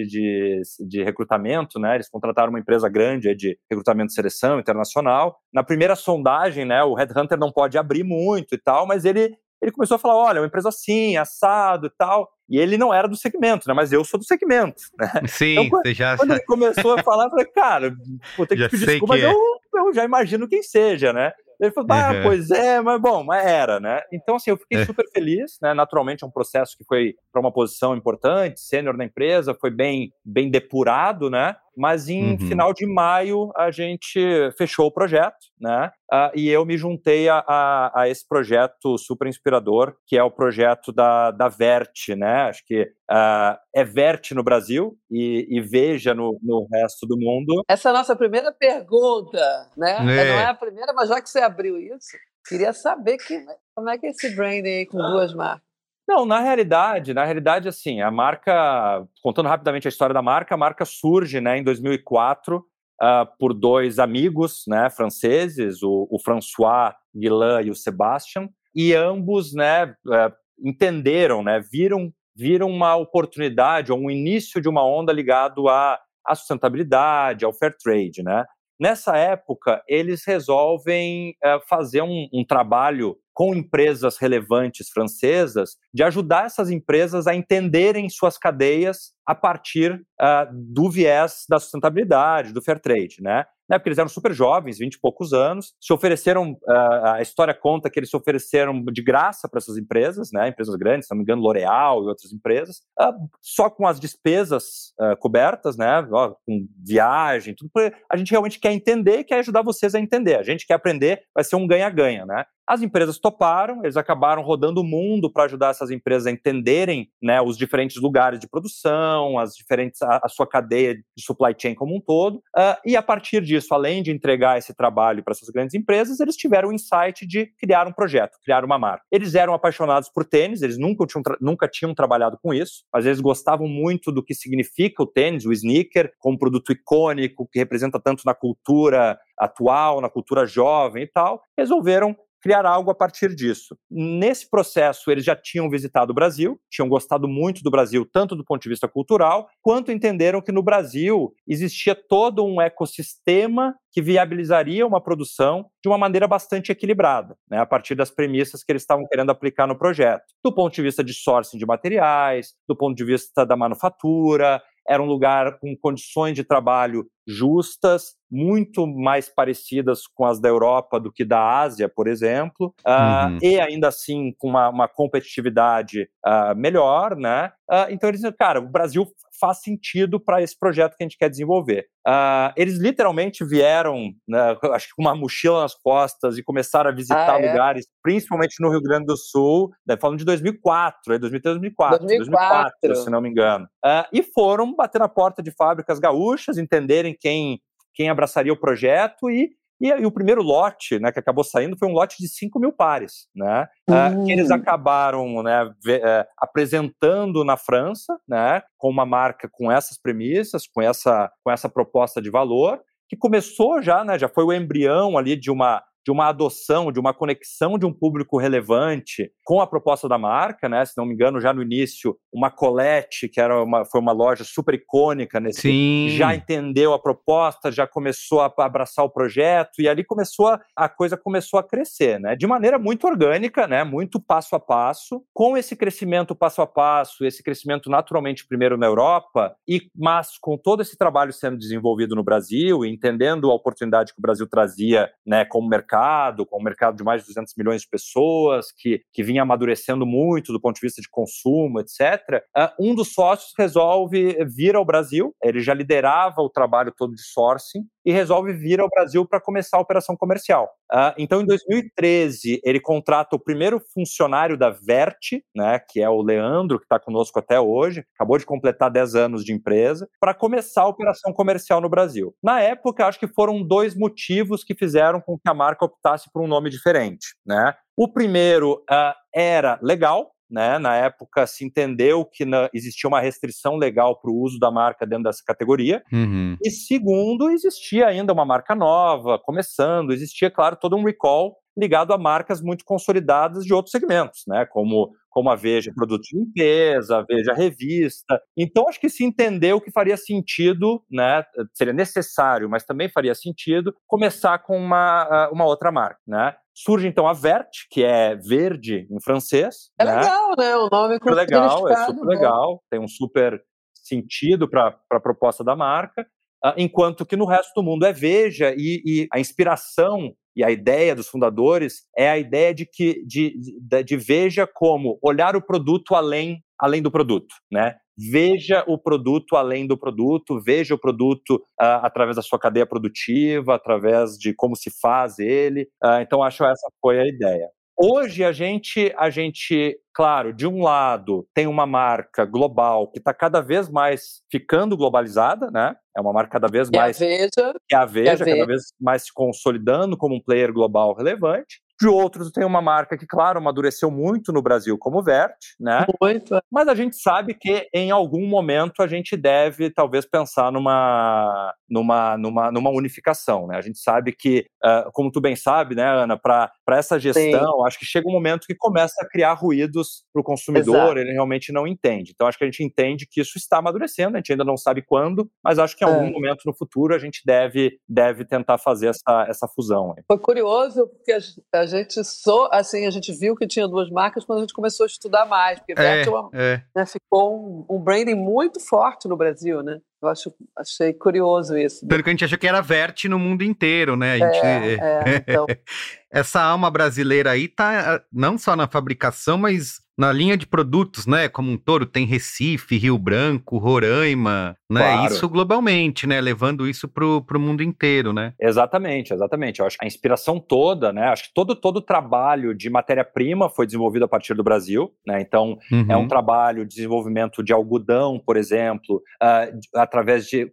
[SPEAKER 4] de recrutamento, né? Eles contrataram uma empresa grande de recrutamento e seleção internacional. Na primeira sondagem, né? O Headhunter não pode abrir muito e tal, mas ele começou a falar, olha, uma empresa assim, assado e tal, e ele não era do segmento, né, mas eu sou do segmento, né?
[SPEAKER 2] Sim,
[SPEAKER 4] então, quando ele começou a falar, eu falei, cara, vou ter que pedir desculpa, mas eu já imagino quem seja, né? Ele falou, pois é, mas era, né? Então, assim, eu fiquei super feliz, né? Naturalmente é um processo que foi para uma posição importante, sênior na empresa, foi bem depurado, né? Mas em final de maio a gente fechou o projeto, né? E eu me juntei a esse projeto super inspirador, que é o projeto da Vert, né? Acho que é Vert no Brasil e Veja no resto do mundo.
[SPEAKER 3] Essa é a nossa primeira pergunta, né? Não é a primeira, mas já que você abriu isso, queria saber como é que é esse branding aí com 2 marcas.
[SPEAKER 4] Não, na realidade, assim, a marca, contando rapidamente a história da marca, a marca surge, né, em 2004 por 2 amigos, né, franceses, o François Guillain e o Sébastien, e ambos, né, entenderam, né, viram uma oportunidade ou um início de uma onda ligado à sustentabilidade, ao fair trade, né. Nessa época, eles resolvem fazer um trabalho com empresas relevantes francesas, de ajudar essas empresas a entenderem suas cadeias a partir do viés da sustentabilidade, do fair trade, né? Porque eles eram super jovens, 20 e poucos anos, se ofereceram, a história conta que eles se ofereceram de graça para essas empresas, né? Empresas grandes, se não me engano, L'Oréal e outras empresas, só com as despesas cobertas, né? Com viagem, tudo, porque a gente realmente quer entender e quer ajudar vocês a entender. A gente quer aprender, vai ser um ganha-ganha, né? As empresas toparam, eles acabaram rodando o mundo para ajudar essas empresas a entenderem, né, os diferentes lugares de produção, a sua cadeia de supply chain como um todo, e a partir disso, além de entregar esse trabalho para essas grandes empresas, eles tiveram o insight de criar um projeto, criar uma marca. Eles eram apaixonados por tênis, eles nunca tinham trabalhado com isso, mas eles gostavam muito do que significa o tênis, o sneaker, como produto icônico, que representa tanto na cultura atual, na cultura jovem e tal, resolveram criar algo a partir disso. Nesse processo, eles já tinham visitado o Brasil, tinham gostado muito do Brasil, tanto do ponto de vista cultural, quanto entenderam que no Brasil existia todo um ecossistema que viabilizaria uma produção de uma maneira bastante equilibrada, né, a partir das premissas que eles estavam querendo aplicar no projeto. Do ponto de vista de sourcing de materiais, do ponto de vista da manufatura, era um lugar com condições de trabalho justas, muito mais parecidas com as da Europa do que da Ásia, por exemplo, e ainda assim com uma competitividade melhor, né? Então eles disseram, cara, o Brasil faz sentido para esse projeto que a gente quer desenvolver. Eles literalmente vieram, né, acho que com uma mochila nas costas e começaram a visitar lugares, principalmente no Rio Grande do Sul, né, falando de 2004, 2004, se não me engano. E foram bater na porta de fábricas gaúchas, entenderem quem abraçaria o projeto e o primeiro lote, né, que acabou saindo foi um lote de 5 mil pares, né, que eles acabaram, né, apresentando na França, né, com uma marca com essas premissas, com essa proposta de valor, que começou já, né, já foi o embrião ali de uma adoção, de uma conexão de um público relevante com a proposta da marca, né? Se não me engano, já no início, uma Colette, que foi uma loja super icônica já entendeu a proposta, já começou a abraçar o projeto, e ali a coisa começou a crescer, né? De maneira muito orgânica, né? Muito passo a passo, com esse crescimento passo a passo, esse crescimento naturalmente primeiro na Europa, mas com todo esse trabalho sendo desenvolvido no Brasil, e entendendo a oportunidade que o Brasil trazia, né, como mercado, com um mercado de mais de 200 milhões de pessoas, que vinha amadurecendo muito do ponto de vista de consumo, etc., um dos sócios resolve vir ao Brasil, ele já liderava o trabalho todo de sourcing, e resolve vir ao Brasil para começar a operação comercial. Então, em 2013, ele contrata o primeiro funcionário da Vert, né, que é o Leandro, que está conosco até hoje, acabou de completar 10 anos de empresa, para começar a operação comercial no Brasil. Na época, acho que foram 2 motivos que fizeram com que a marca optasse por um nome diferente, né? O primeiro era legal, né? Na época se entendeu que existia uma restrição legal para o uso da marca dentro dessa categoria. E segundo, existia ainda uma marca nova, começando, existia, claro, todo um recall ligado a marcas muito consolidadas de outros segmentos, né? Como a Veja Produto de Limpeza, a Veja Revista. Então, acho que se entendeu que faria sentido, né? Seria necessário, mas também faria sentido começar com uma outra marca, né? Surge, então, a Vert, que é verde em francês.
[SPEAKER 3] Legal, né? O nome
[SPEAKER 4] super legal, é super legal. Tem um super sentido para a proposta da marca. Enquanto que no resto do mundo é Veja, e a inspiração e a ideia dos fundadores é a ideia de Veja como olhar o produto além do produto, né? Veja o produto além do produto, veja o produto através da sua cadeia produtiva, através de como se faz ele. Então, acho que essa foi a ideia. Hoje, a gente, claro, de um lado, tem uma marca global que está cada vez mais ficando globalizada, né? É uma marca cada vez mais... Que é a Veja, cada vez mais se consolidando como um player global relevante. De outros, tem uma marca que, claro, amadureceu muito no Brasil, como Vert, né?
[SPEAKER 3] Muito.
[SPEAKER 4] Mas a gente sabe que, em algum momento, a gente deve, talvez, pensar numa unificação, né? A gente sabe que, como tu bem sabe, né, Ana, para essa gestão, acho que chega um momento que começa a criar ruídos para o consumidor, ele realmente não entende. Então, acho que a gente entende que isso está amadurecendo, a gente ainda não sabe quando, mas acho que em algum momento no futuro a gente deve tentar fazer essa fusão.
[SPEAKER 3] Foi curioso, porque a A gente assim, a gente viu que tinha 2 marcas quando a gente começou a estudar mais, porque Vert né, ficou um branding muito forte no Brasil, né? Eu achei curioso isso.
[SPEAKER 2] Tanto que a gente achou que era Vert no mundo inteiro, né?
[SPEAKER 3] Então...
[SPEAKER 2] Essa alma brasileira aí tá não só na fabricação, mas na linha de produtos, né? Como um todo, tem Recife, Rio Branco, Roraima, né?
[SPEAKER 4] Claro.
[SPEAKER 2] Isso globalmente, né? Levando isso pro mundo inteiro, né?
[SPEAKER 4] Exatamente. Eu acho que a inspiração toda, né? Acho que todo o trabalho de matéria-prima foi desenvolvido a partir do Brasil, né? Então, é um trabalho de desenvolvimento de algodão, por exemplo, através de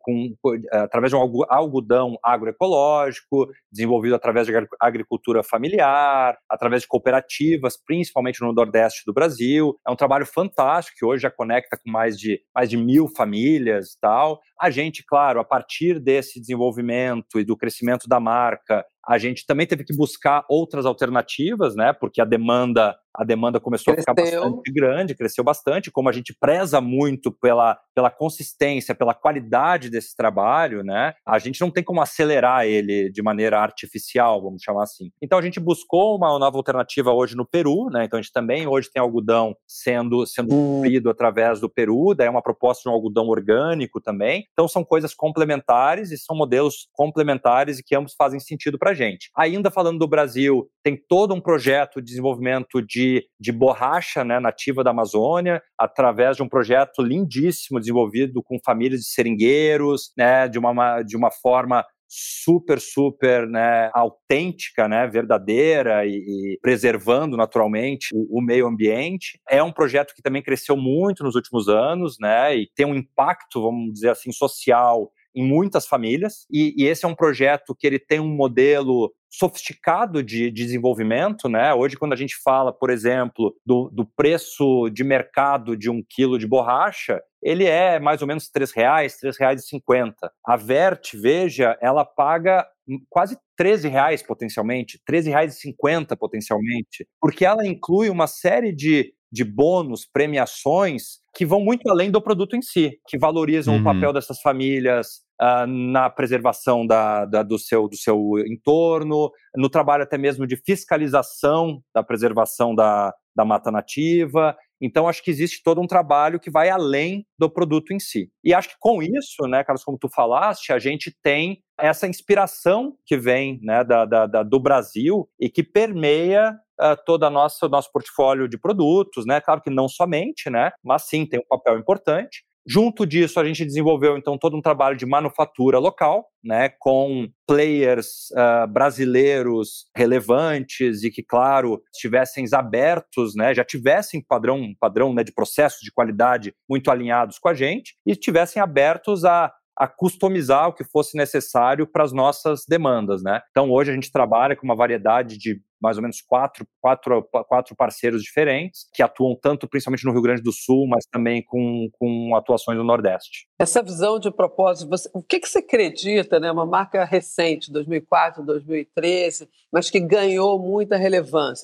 [SPEAKER 4] um algodão agroecológico, desenvolvido através de agricultura familiar, através de cooperativas, principalmente no Nordeste do Brasil. É um trabalho fantástico, que hoje já conecta com mais de 1.000 famílias e tal. A gente, claro, a partir desse desenvolvimento e do crescimento da marca, a gente também teve que buscar outras alternativas, né? Porque a demanda começou a ficar bastante grande, cresceu bastante. Como a gente preza muito pela consistência, pela qualidade desse trabalho, né? A gente não tem como acelerar ele de maneira artificial, vamos chamar assim. Então a gente buscou uma nova alternativa hoje no Peru, né? Então a gente também hoje tem algodão sendo colhido através do Peru, daí é uma proposta de um algodão orgânico também. Então são coisas complementares e são modelos complementares e que ambos fazem sentido para a gente. Ainda falando do Brasil, tem todo um projeto de desenvolvimento de borracha, né, nativa da Amazônia, através de um projeto lindíssimo desenvolvido com famílias de seringueiros, né, de uma forma super, né, autêntica, né, verdadeira e preservando naturalmente o meio ambiente. É um projeto que também cresceu muito nos últimos anos, né, e tem um impacto, vamos dizer assim, social em muitas famílias, e esse é um projeto que ele tem um modelo sofisticado de desenvolvimento, né? Hoje, quando a gente fala, por exemplo, do preço de mercado de 1 quilo de borracha, ele é mais ou menos R$3, R$3,50. A Vert, veja, ela paga quase R$13 potencialmente, R$13,50 potencialmente, porque ela inclui uma série de bônus, premiações, que vão muito além do produto em si, que valorizam o papel dessas famílias na preservação do seu entorno, no trabalho até mesmo de fiscalização da preservação da mata nativa. Então, acho que existe todo um trabalho que vai além do produto em si. E acho que com isso, né, Carlos, como tu falaste, a gente tem essa inspiração que vem, né, do Brasil e que permeia todo o nosso portfólio de produtos, né? Claro que não somente, né? Mas sim, tem um papel importante. Junto disso, a gente desenvolveu, então, todo um trabalho de manufatura local, né, com players brasileiros relevantes e que, claro, estivessem abertos, né, já tivessem padrão, né, de processos de qualidade muito alinhados com a gente e estivessem abertos a customizar o que fosse necessário para as nossas demandas, né? Então, hoje a gente trabalha com uma variedade de mais ou menos quatro parceiros diferentes, que atuam tanto principalmente no Rio Grande do Sul, mas também com atuações no Nordeste.
[SPEAKER 3] Essa visão de propósito, o que você acredita, né? Uma marca recente, 2004, 2013, mas que ganhou muita relevância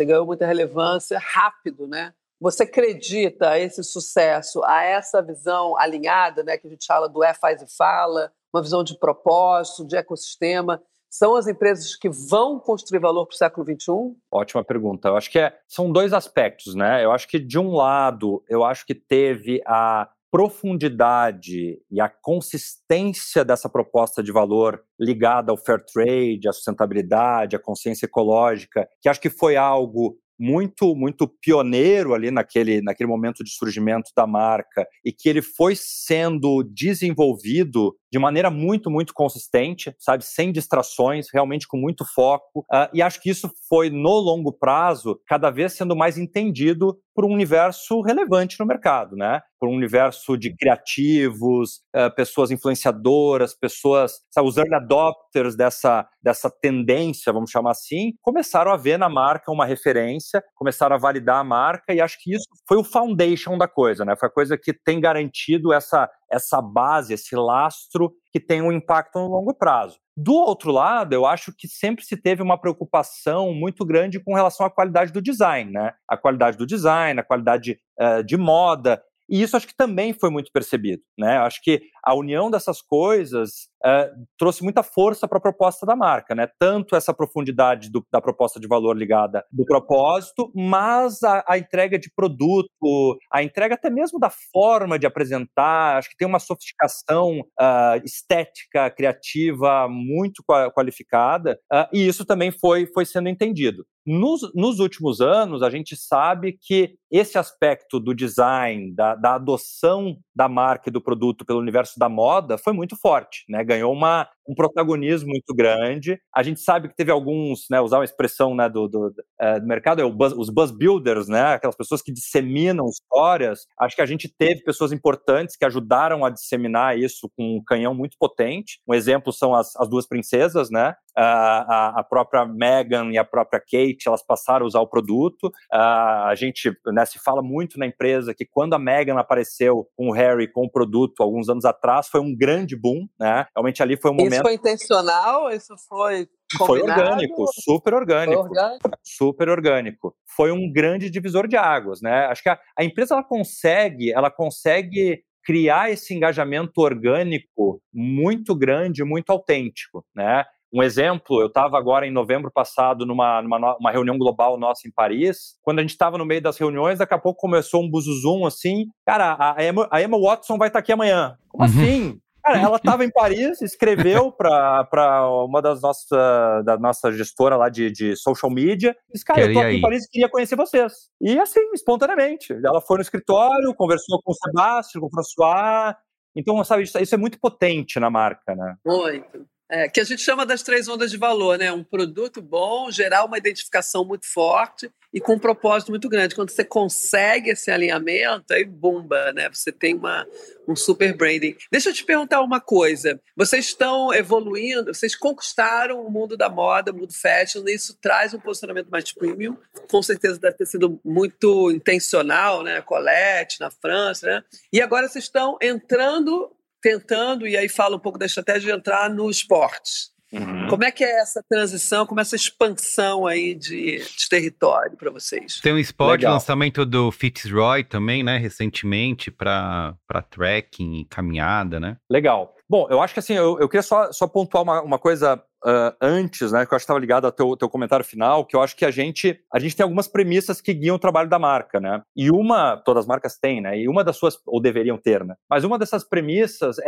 [SPEAKER 3] rápido, né? Você acredita a esse sucesso, a essa visão alinhada, né, que a gente fala do faz e fala, uma visão de propósito, de ecossistema? São as empresas que vão construir valor para o século XXI?
[SPEAKER 4] Ótima pergunta. Eu acho que são 2 aspectos, né? Eu acho que, de um lado, eu acho que teve a profundidade e a consistência dessa proposta de valor ligada ao fair trade, à sustentabilidade, à consciência ecológica, que acho que foi algo muito pioneiro ali naquele momento de surgimento da marca e que ele foi sendo desenvolvido de maneira muito consistente, sabe, sem distrações, realmente com muito foco, e acho que isso foi, no longo prazo, cada vez sendo mais entendido por um universo relevante no mercado, né? Por um universo de criativos, pessoas influenciadoras, pessoas, sabe, os early adopters dessa tendência, vamos chamar assim, começaram a ver na marca uma referência, começaram a validar a marca, e acho que isso foi o foundation da coisa, né? Foi a coisa que tem garantido essa base, esse lastro que tem um impacto no longo prazo. Do outro lado, eu acho que sempre se teve uma preocupação muito grande com relação à qualidade do design, né? A qualidade do design, a qualidade de moda. E isso acho que também foi muito percebido, né? Acho que a união dessas coisas trouxe muita força para a proposta da marca, né? Tanto essa profundidade da proposta de valor ligada do propósito, mas a entrega de produto, a entrega até mesmo da forma de apresentar, acho que tem uma sofisticação estética, criativa muito qualificada, e isso também foi sendo entendido. Nos últimos anos, a gente sabe que esse aspecto do design, da adoção da marca e do produto pelo universo da moda foi muito forte, né? Ganhou um protagonismo muito grande. A gente sabe que teve alguns, né, usar uma expressão, né, do mercado, os buzz builders, né, aquelas pessoas que disseminam histórias. Acho que a gente teve pessoas importantes que ajudaram a disseminar isso com um canhão muito potente. Um exemplo são as duas princesas, né? A própria Meghan e a própria Kate, elas passaram a usar o produto. A gente, né, se fala muito na empresa que quando a Meghan apareceu com o Harry, com o produto, alguns anos atrás, foi um grande boom, né? Realmente ali foi um momento...
[SPEAKER 3] Isso foi intencional? Isso foi combinado?
[SPEAKER 4] Foi orgânico, super orgânico.
[SPEAKER 3] Foi orgânico?
[SPEAKER 4] Super orgânico. Foi um grande divisor de águas, né? Acho que a empresa, ela consegue criar esse engajamento orgânico muito grande, muito autêntico, né? Um exemplo, eu estava agora em novembro passado numa reunião global nossa em Paris. Quando a gente estava no meio das reuniões, daqui a pouco começou um buzuzum assim. Cara, a Emma Watson vai estar aqui amanhã. Como assim? Cara, ela estava em Paris, escreveu para uma da nossa gestora lá de social media. Disse, cara, eu tô aqui em Paris e queria conhecer vocês. E assim, espontaneamente. Ela foi no escritório, conversou com o Sebastião, com o François. Então, sabe, isso é muito potente na marca, né?
[SPEAKER 3] Muito. Que a gente chama das 3 ondas de valor, né? Um produto bom, gerar uma identificação muito forte e com um propósito muito grande. Quando você consegue esse alinhamento, aí bomba, né? Você tem um super branding. Deixa eu te perguntar uma coisa. Vocês estão evoluindo, vocês conquistaram o mundo da moda, o mundo fashion, e isso traz um posicionamento mais premium. Com certeza deve ter sido muito intencional, né? Colette, na França, né? E agora vocês estão tentando, e aí fala um pouco da estratégia de entrar no esporte.
[SPEAKER 2] Uhum.
[SPEAKER 3] Como é que é essa transição, como é essa expansão aí de território para vocês?
[SPEAKER 2] Tem um spot, lançamento do Fitzroy também, né, recentemente, para trekking e caminhada, né?
[SPEAKER 4] Legal. Bom, eu acho que assim, eu queria só pontuar uma coisa antes, né, que eu acho que estava ligado ao teu comentário final, que eu acho que a gente tem algumas premissas que guiam o trabalho da marca, né? E todas as marcas têm, né? E uma das suas, ou deveriam ter, né? Mas uma dessas premissas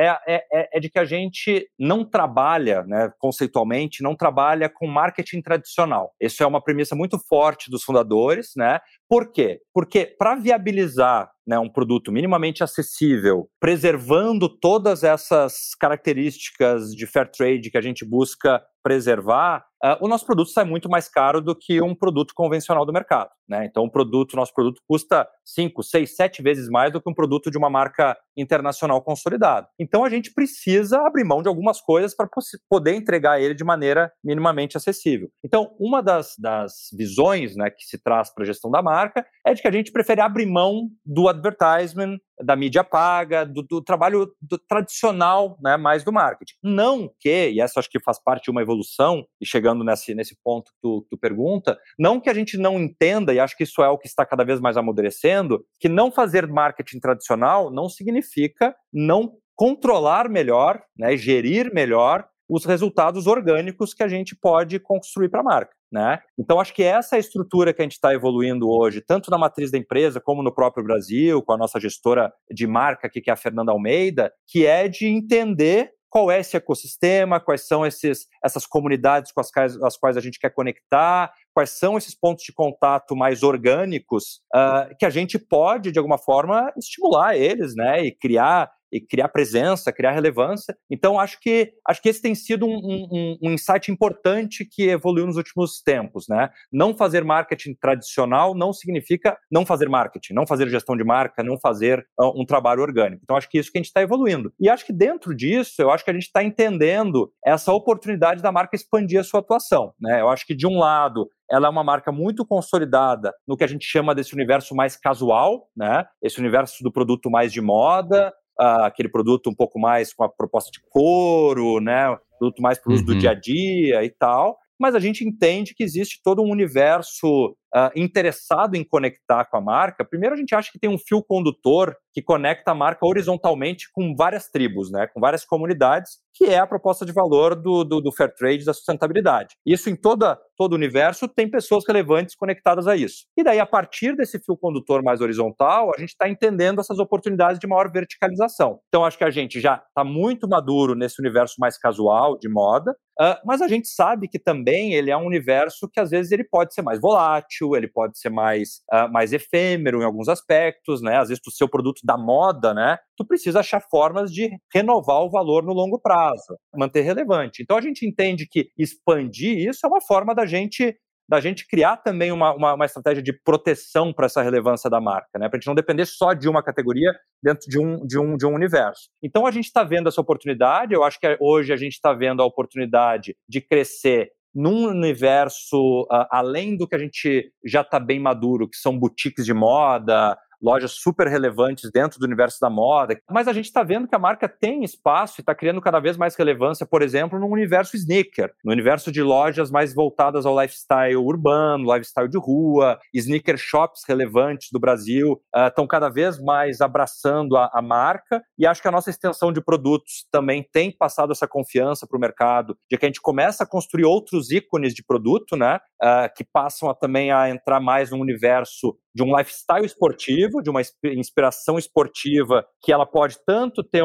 [SPEAKER 4] é de que a gente não trabalha, né, conceitualmente, não trabalha com marketing tradicional. Isso é uma premissa muito forte dos fundadores, né? Por quê? Porque para viabilizar, né, um produto minimamente acessível, preservando todas essas características de fair trade que a gente busca preservar, o nosso produto sai muito mais caro do que um produto convencional do mercado, né? Então, nosso produto custa 5, 6, 7 vezes mais do que um produto de uma marca internacional consolidada. Então, a gente precisa abrir mão de algumas coisas para poder entregar ele de maneira minimamente acessível. Então, uma das visões, né, que se traz para a gestão da marca é de que a gente prefere abrir mão do advertisement, da mídia paga, do trabalho tradicional, né, mais do marketing. Não que, e essa acho que faz parte de uma evolução, e chegando nesse ponto que tu pergunta, não que a gente não entenda, e acho que isso é o que está cada vez mais amadurecendo, que não fazer marketing tradicional não significa não controlar melhor, né, gerir melhor os resultados orgânicos que a gente pode construir para a marca, né? Então, acho que essa é a estrutura que a gente está evoluindo hoje, tanto na matriz da empresa, como no próprio Brasil, com a nossa gestora de marca aqui, que é a Fernanda Almeida, que é de entender qual é esse ecossistema, quais são essas comunidades com as quais a gente quer conectar, quais são esses pontos de contato mais orgânicos que a gente pode, de alguma forma, estimular eles, né? E criar presença, criar relevância. Então, acho que esse tem sido um insight importante que evoluiu nos últimos tempos, né? Não fazer marketing tradicional não significa não fazer marketing, não fazer gestão de marca, não fazer um trabalho orgânico. Então, acho que isso que a gente está evoluindo. E acho que dentro disso, eu acho que a gente está entendendo essa oportunidade da marca expandir a sua atuação, né? Eu acho que, de um lado, ela é uma marca muito consolidada no que a gente chama desse universo mais casual, né? Esse universo do produto mais de moda, aquele produto um pouco mais com a proposta de couro, né? Produto mais para o uso do dia a dia e tal. Mas a gente entende que existe todo um universo interessado em conectar com a marca, primeiro a gente acha que tem um fio condutor que conecta a marca horizontalmente com várias tribos, né, com várias comunidades, que é a proposta de valor do fair trade, da sustentabilidade. Isso em todo o universo tem pessoas relevantes conectadas a isso. E daí, a partir desse fio condutor mais horizontal, a gente está entendendo essas oportunidades de maior verticalização. Então, acho que a gente já está muito maduro nesse universo mais casual, de moda, mas a gente sabe que também ele é um universo que, às vezes, ele pode ser mais volátil, ele pode ser mais efêmero em alguns aspectos, né? Às vezes, o seu produto da moda, né? Tu precisa achar formas de renovar o valor no longo prazo, manter relevante. Então, a gente entende que expandir isso é uma forma da gente criar também uma estratégia de proteção para essa relevância da marca, né? Para a gente não depender só de uma categoria dentro de um universo. Então, a gente está vendo essa oportunidade. Eu acho que hoje a gente está vendo a oportunidade de crescer num universo além do que a gente já está bem maduro, que são boutiques de moda, lojas super relevantes dentro do universo da moda, mas a gente está vendo que a marca tem espaço e está criando cada vez mais relevância, por exemplo, no universo sneaker, no universo de lojas mais voltadas ao lifestyle urbano, lifestyle de rua, sneaker shops relevantes do Brasil estão cada vez mais abraçando a marca, e acho que a nossa extensão de produtos também tem passado essa confiança para o mercado, de que a gente começa a construir outros ícones de produto, né, que passam também a entrar mais no universo de um lifestyle esportivo, de uma inspiração esportiva, que ela pode tanto ter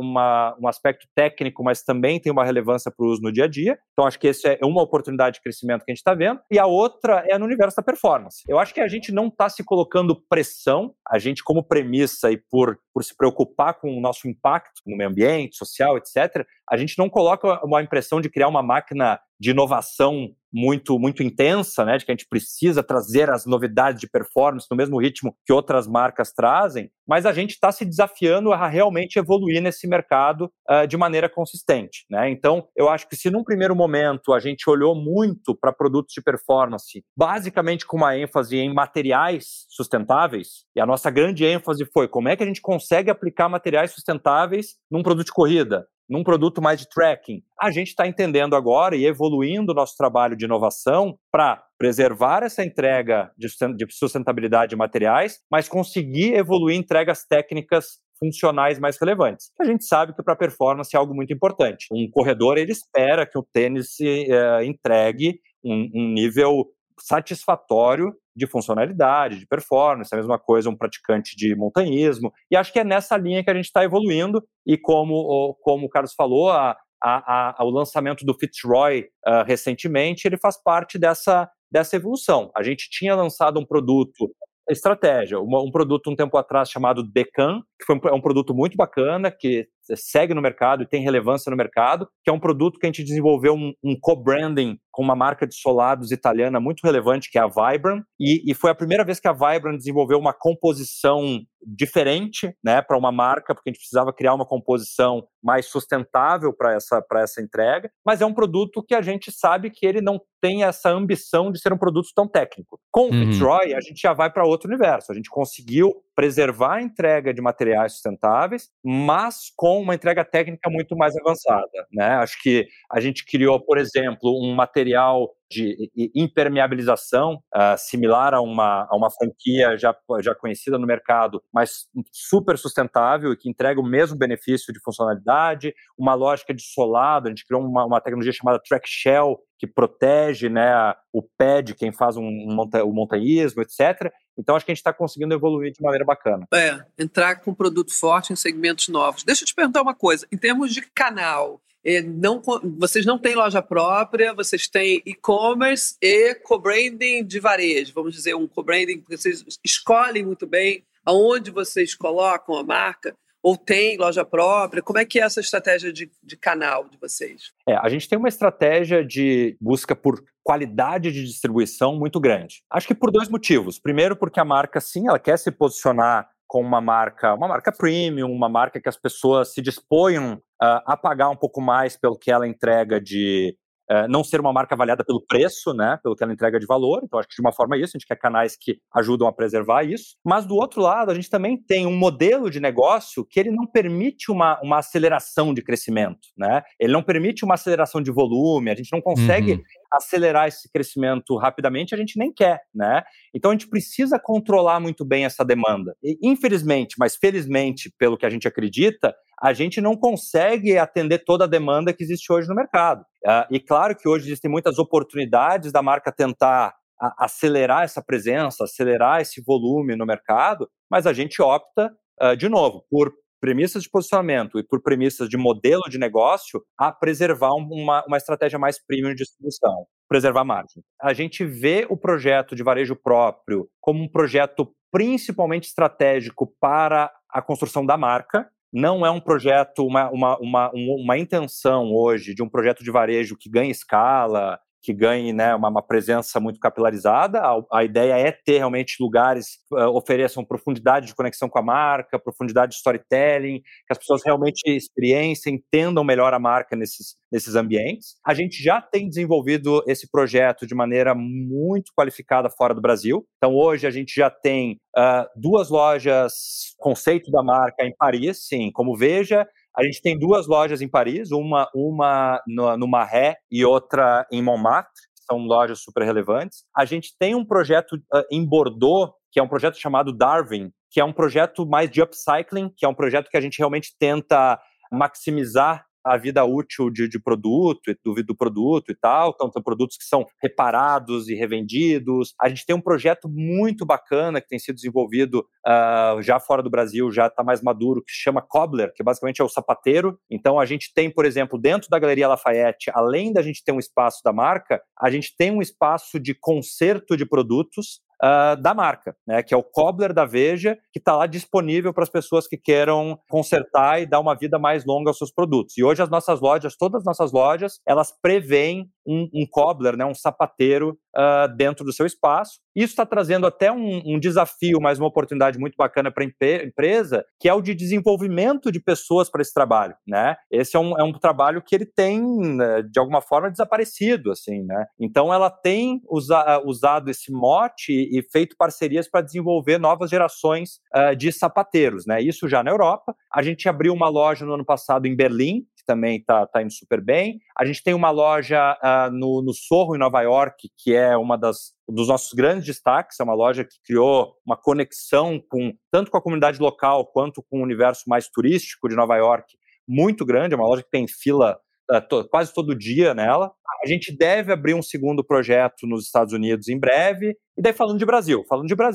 [SPEAKER 4] um aspecto técnico, mas também tem uma relevância para o uso no dia a dia. Então, acho que essa é uma oportunidade de crescimento que a gente está vendo. E a outra é no universo da performance. Eu acho que a gente não está se colocando pressão, a gente como premissa e por se preocupar com o nosso impacto no meio ambiente, social, etc., a gente não coloca uma impressão de criar uma máquina de inovação muito, muito intensa, né, de que a gente precisa trazer as novidades de performance no mesmo ritmo que outras marcas trazem, mas a gente está se desafiando a realmente evoluir nesse mercado de maneira consistente, né? Então, eu acho que se num primeiro momento a gente olhou muito para produtos de performance, basicamente com uma ênfase em materiais sustentáveis, e a nossa grande ênfase foi como é que a gente consegue aplicar materiais sustentáveis num produto de corrida, num produto mais de tracking. A gente está entendendo agora e evoluindo o nosso trabalho de inovação para preservar essa entrega de sustentabilidade de materiais, mas conseguir evoluir entregas técnicas funcionais mais relevantes. A gente sabe que para performance é algo muito importante. Um corredor, ele espera que o tênis entregue um nível satisfatório de funcionalidade, de performance, a mesma coisa um praticante de montanhismo, e acho que é nessa linha que a gente está evoluindo, e como o Carlos falou, o lançamento do Fitzroy recentemente, ele faz parte dessa evolução. A gente tinha lançado um produto estratégia, um produto um tempo atrás chamado Decan, que é um produto muito bacana, que segue no mercado e tem relevância no mercado, que é um produto que a gente desenvolveu um co-branding com uma marca de solados italiana muito relevante, que é a Vibram, e foi a primeira vez que a Vibram desenvolveu uma composição diferente, né, para uma marca, porque a gente precisava criar uma composição mais sustentável para essa entrega, mas é um produto que a gente sabe que ele não tem essa ambição de ser um produto tão técnico. Com o Fitzroy, a gente já vai para outro universo, a gente conseguiu preservar a entrega de materiais sustentáveis, mas com uma entrega técnica muito mais avançada, né? Acho que a gente criou, por exemplo, um material de impermeabilização, similar a uma franquia já conhecida no mercado, mas super sustentável e que entrega o mesmo benefício de funcionalidade, uma lógica de solado. A gente criou uma tecnologia chamada Track Shell, que protege, né, o pé de quem faz o montanhismo, etc. Então, acho que a gente está conseguindo evoluir de maneira bacana.
[SPEAKER 3] Entrar com produto forte em segmentos novos. Deixa eu te perguntar uma coisa. Em termos de canal, vocês não têm loja própria, vocês têm e-commerce e co-branding de varejo. Vamos dizer, um co-branding que vocês escolhem muito bem aonde vocês colocam a marca, ou tem loja própria? Como é que é essa estratégia de canal de vocês?
[SPEAKER 4] A gente tem uma estratégia de busca por qualidade de distribuição muito grande. Acho que por dois motivos. Primeiro, porque a marca, sim, ela quer se posicionar com uma marca premium, uma marca que as pessoas se disponham a pagar um pouco mais pelo que ela entrega de... não ser uma marca avaliada pelo preço, né, pelo que ela entrega de valor. Então, acho que de uma forma isso, a gente quer canais que ajudam a preservar isso. Mas, do outro lado, a gente também tem um modelo de negócio que ele não permite uma aceleração de crescimento, né? Ele não permite uma aceleração de volume, a gente não consegue acelerar esse crescimento rapidamente, a gente nem quer, né? Então a gente precisa controlar muito bem essa demanda. E, infelizmente, mas felizmente, pelo que a gente acredita, a gente não consegue atender toda a demanda que existe hoje no mercado. E claro que hoje existem muitas oportunidades da marca tentar acelerar essa presença, acelerar esse volume no mercado, mas a gente opta, de novo, por premissas de posicionamento e por premissas de modelo de negócio, a preservar uma estratégia mais premium de distribuição, preservar a margem. A gente vê o projeto de varejo próprio como um projeto principalmente estratégico para a construção da marca. Não é um projeto, uma intenção hoje de um projeto de varejo que ganhe escala, que ganhe, né, uma presença muito capilarizada. A ideia é ter realmente lugares que ofereçam profundidade de conexão com a marca, profundidade de storytelling, que as pessoas realmente experienciem, entendam melhor a marca nesses ambientes. A gente já tem desenvolvido esse projeto de maneira muito qualificada fora do Brasil. Então, hoje, a gente já tem 2 lojas conceito da marca em Paris, sim, como Veja. A gente tem 2 lojas em Paris, uma no Marais e outra em Montmartre, que são lojas super relevantes. A gente tem um projeto em Bordeaux, que é um projeto chamado Darwin, que é um projeto mais de upcycling, que é um projeto que a gente realmente tenta maximizar a vida útil de produto, do produto e tal. Então, tem produtos que são reparados e revendidos. A gente tem um projeto muito bacana que tem sido desenvolvido já fora do Brasil, já está mais maduro, que se chama Cobbler, que basicamente é o sapateiro. Então, a gente tem, por exemplo, dentro da Galeria Lafayette, além da gente ter um espaço da marca, a gente tem um espaço de conserto de produtos da marca, né, que é o Cobbler da Veja, que está lá disponível para as pessoas que queiram consertar e dar uma vida mais longa aos seus produtos. E hoje as nossas lojas, todas as nossas lojas, elas prevêem um cobbler, né, um sapateiro dentro do seu espaço. Isso está trazendo até um desafio, mas uma oportunidade muito bacana para a empresa, que é o de desenvolvimento de pessoas para esse trabalho, né? Esse é um trabalho que ele tem, de alguma forma, desaparecido, assim, né? Então, ela tem usado esse mote e feito parcerias para desenvolver novas gerações de sapateiros, né? Isso já na Europa. A gente abriu uma loja no ano passado em Berlim, que também está indo super bem. A gente tem uma loja no Sorro, em Nova York, que é dos nossos grandes destaques. É uma loja que criou uma conexão tanto com a comunidade local quanto com o universo mais turístico de Nova York, muito grande. É uma loja que tem fila quase todo dia nela. A gente deve abrir um segundo projeto nos Estados Unidos em breve. E daí, falando de Brasil,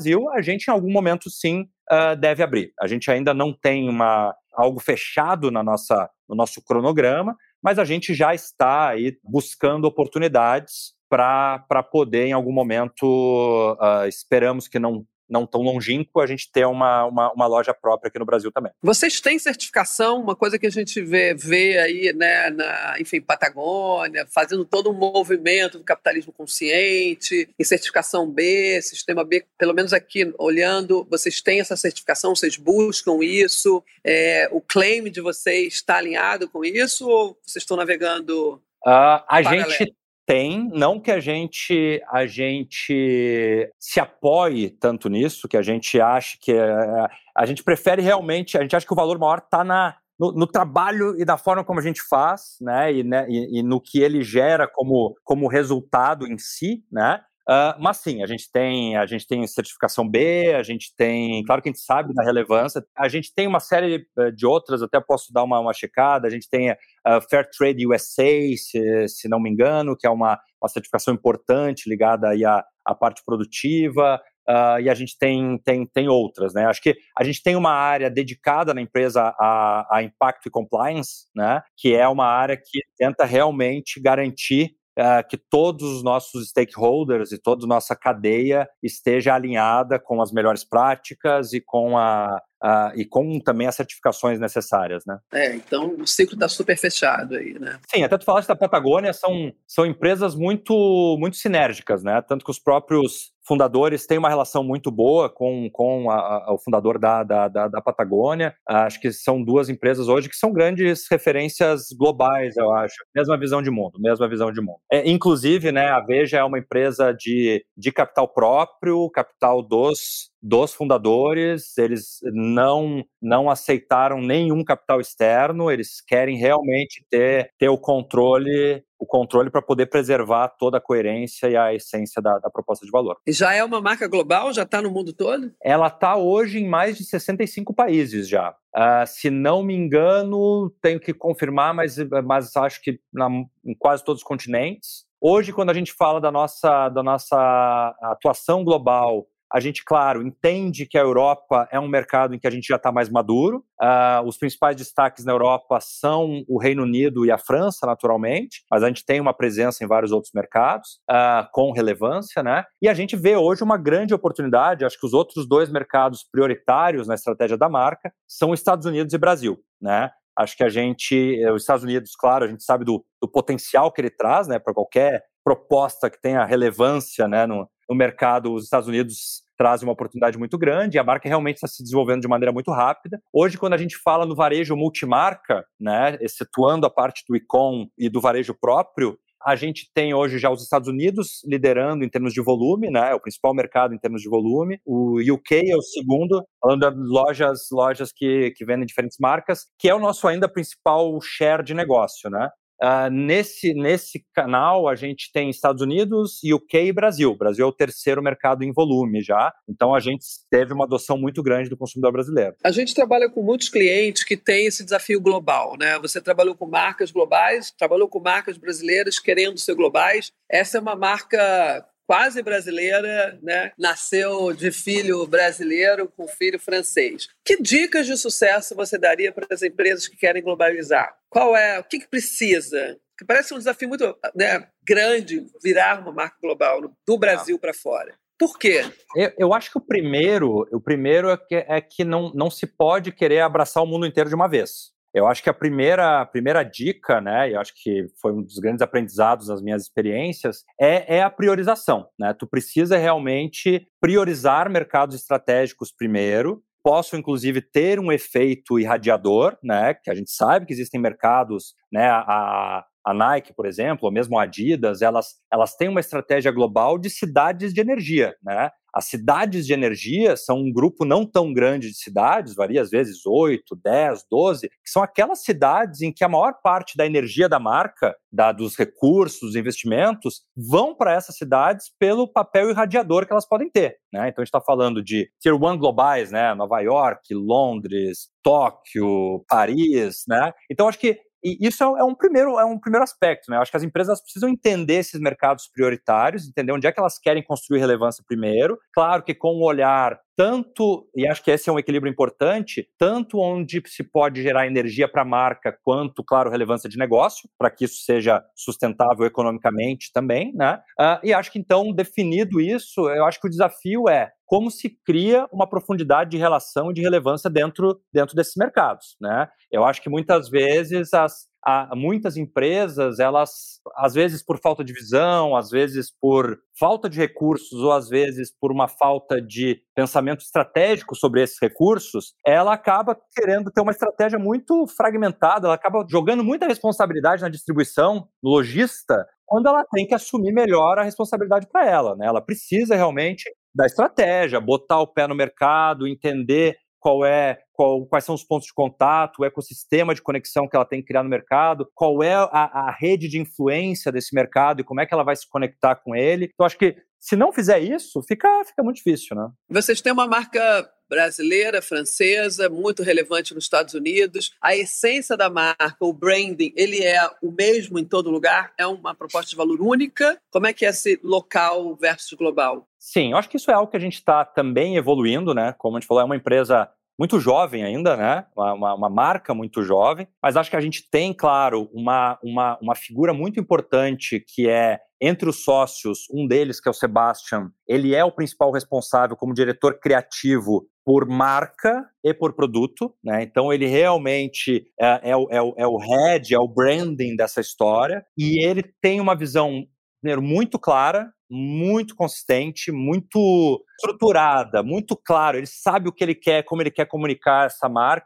[SPEAKER 4] a gente em algum momento sim deve abrir. A gente ainda não tem algo fechado no nosso cronograma, mas a gente já está aí buscando oportunidades para poder, em algum momento, esperamos que não tão longínquo, a gente ter uma loja própria aqui no Brasil também.
[SPEAKER 3] Vocês têm certificação, uma coisa que a gente vê aí, né, enfim, Patagônia, fazendo todo um movimento do capitalismo consciente, em certificação B, sistema B, pelo menos aqui, olhando, vocês têm essa certificação, vocês buscam isso, o claim de vocês está alinhado com isso, ou vocês estão navegando paralelo?
[SPEAKER 4] Gente tem, não que a gente se apoie tanto nisso, que a gente ache que a gente prefere realmente, a gente acha que o valor maior está no trabalho e da forma como a gente faz, né, e no que ele gera como resultado em si, né. Mas sim, a gente tem certificação B, a gente tem, claro que a gente sabe da relevância, a gente tem uma série de outras, até posso dar uma checada, a gente tem Fair Trade USA, se não me engano, que é uma certificação importante ligada aí à parte produtiva, e a gente tem outras, né? Acho que a gente tem uma área dedicada na empresa a impacto e compliance, né? Que é uma área que tenta realmente garantir que todos os nossos stakeholders e toda a nossa cadeia esteja alinhada com as melhores práticas e com também as certificações necessárias, né?
[SPEAKER 3] Então o ciclo está super fechado aí, né?
[SPEAKER 4] Sim, até tu falaste da Patagônia, são empresas muito, muito sinérgicas, né? Tanto que os próprios fundadores têm uma relação muito boa com o fundador da Patagônia. Acho que são 2 empresas hoje que são grandes referências globais, eu acho. Mesma visão de mundo. Inclusive, né, a Veja é uma empresa de capital próprio, capital dos dos fundadores, eles não aceitaram nenhum capital externo, eles querem realmente ter o controle para poder preservar toda a coerência e a essência da proposta de valor.
[SPEAKER 3] E já é uma marca global? Já está no mundo todo?
[SPEAKER 4] Ela está hoje em mais de 65 países já. Se não me engano, tenho que confirmar, mas acho que em quase todos os continentes. Hoje, quando a gente fala da nossa atuação global, a gente, claro, entende que a Europa é um mercado em que a gente já está mais maduro. Os principais destaques na Europa são o Reino Unido e a França, naturalmente, mas a gente tem uma presença em vários outros mercados, com relevância, né? E a gente vê hoje uma grande oportunidade. Acho que os outros 2 mercados prioritários na estratégia da marca são os Estados Unidos e Brasil, né? Acho que os Estados Unidos, claro, a gente sabe do potencial que ele traz, né, para qualquer proposta que tenha relevância, né, no mercado. Os Estados Unidos trazem uma oportunidade muito grande e a marca realmente está se desenvolvendo de maneira muito rápida. Hoje, quando a gente fala no varejo multimarca, né, excetuando a parte do e-com e do varejo próprio, a gente tem hoje já os Estados Unidos liderando em termos de volume, né? É o principal mercado em termos de volume. O UK é o segundo, falando de lojas que vendem diferentes marcas, que é o nosso ainda principal share de negócio, né? Nesse canal, a gente tem Estados Unidos, UK e Brasil. O Brasil é o terceiro mercado em volume já. Então, a gente teve uma adoção muito grande do consumidor brasileiro.
[SPEAKER 3] A gente trabalha com muitos clientes que têm esse desafio global, né? Você trabalhou com marcas globais, trabalhou com marcas brasileiras querendo ser globais. Essa é uma marca quase brasileira, né? Nasceu de filho brasileiro com filho francês. Que dicas de sucesso você daria para as empresas que querem globalizar? O que precisa? Que parece um desafio muito, né, grande virar uma marca global do Brasil para fora. Por quê?
[SPEAKER 4] Eu acho que o primeiro é que não se pode querer abraçar o mundo inteiro de uma vez. Eu acho que a primeira dica, né, e eu acho que foi um dos grandes aprendizados das minhas experiências, é a priorização, né? Tu precisa realmente priorizar mercados estratégicos primeiro. Posso, inclusive, ter um efeito irradiador, né? Que a gente sabe que existem mercados, né? A Nike, por exemplo, ou mesmo a Adidas, elas têm uma estratégia global de cidades de energia, né? As cidades de energia são um grupo não tão grande de cidades, varia às vezes 8, 10, 12, que são aquelas cidades em que a maior parte da energia da marca, dos recursos, dos investimentos, vão para essas cidades pelo papel irradiador que elas podem ter, né? Então a gente está falando de Tier 1 globais, né? Nova York, Londres, Tóquio, Paris, né? Então acho que isso é um primeiro aspecto, né? Eu acho que as empresas precisam entender esses mercados prioritários, entender onde é que elas querem construir relevância primeiro. Claro que com um olhar tanto, e acho que esse é um equilíbrio importante, tanto onde se pode gerar energia para a marca, quanto, claro, relevância de negócio, para que isso seja sustentável economicamente também, né? E acho que, então, definido isso, eu acho que o desafio é como se cria uma profundidade de relação e de relevância dentro desses mercados, né? Eu acho que muitas vezes muitas empresas, elas, às vezes por falta de visão, às vezes por falta de recursos ou às vezes por uma falta de pensamento estratégico sobre esses recursos, ela acaba querendo ter uma estratégia muito fragmentada, ela acaba jogando muita responsabilidade na distribuição, no lojista, quando ela tem que assumir melhor a responsabilidade para ela, né? Ela precisa realmente da estratégia, botar o pé no mercado, entender quais são os pontos de contato, o ecossistema de conexão que ela tem que criar no mercado, qual é a rede de influência desse mercado e como é que ela vai se conectar com ele. Então, acho que se não fizer isso, fica muito difícil, né?
[SPEAKER 3] Vocês têm uma marca brasileira, francesa, muito relevante nos Estados Unidos. A essência da marca, o branding, ele é o mesmo em todo lugar? É uma proposta de valor única? Como é que é esse local versus global?
[SPEAKER 4] Sim, eu acho que isso é algo que a gente está também evoluindo, né? Como a gente falou, é uma empresa muito jovem ainda, né? Uma marca muito jovem, mas acho que a gente tem, claro, uma figura muito importante que é, entre os sócios, um deles, que é o Sebastian, ele é o principal responsável como diretor criativo por marca e por produto, né? Então ele realmente é o head, é o branding dessa história, e ele tem uma visão muito clara, muito consistente, muito estruturada, muito claro. Ele sabe o que ele quer, como ele quer comunicar essa marca,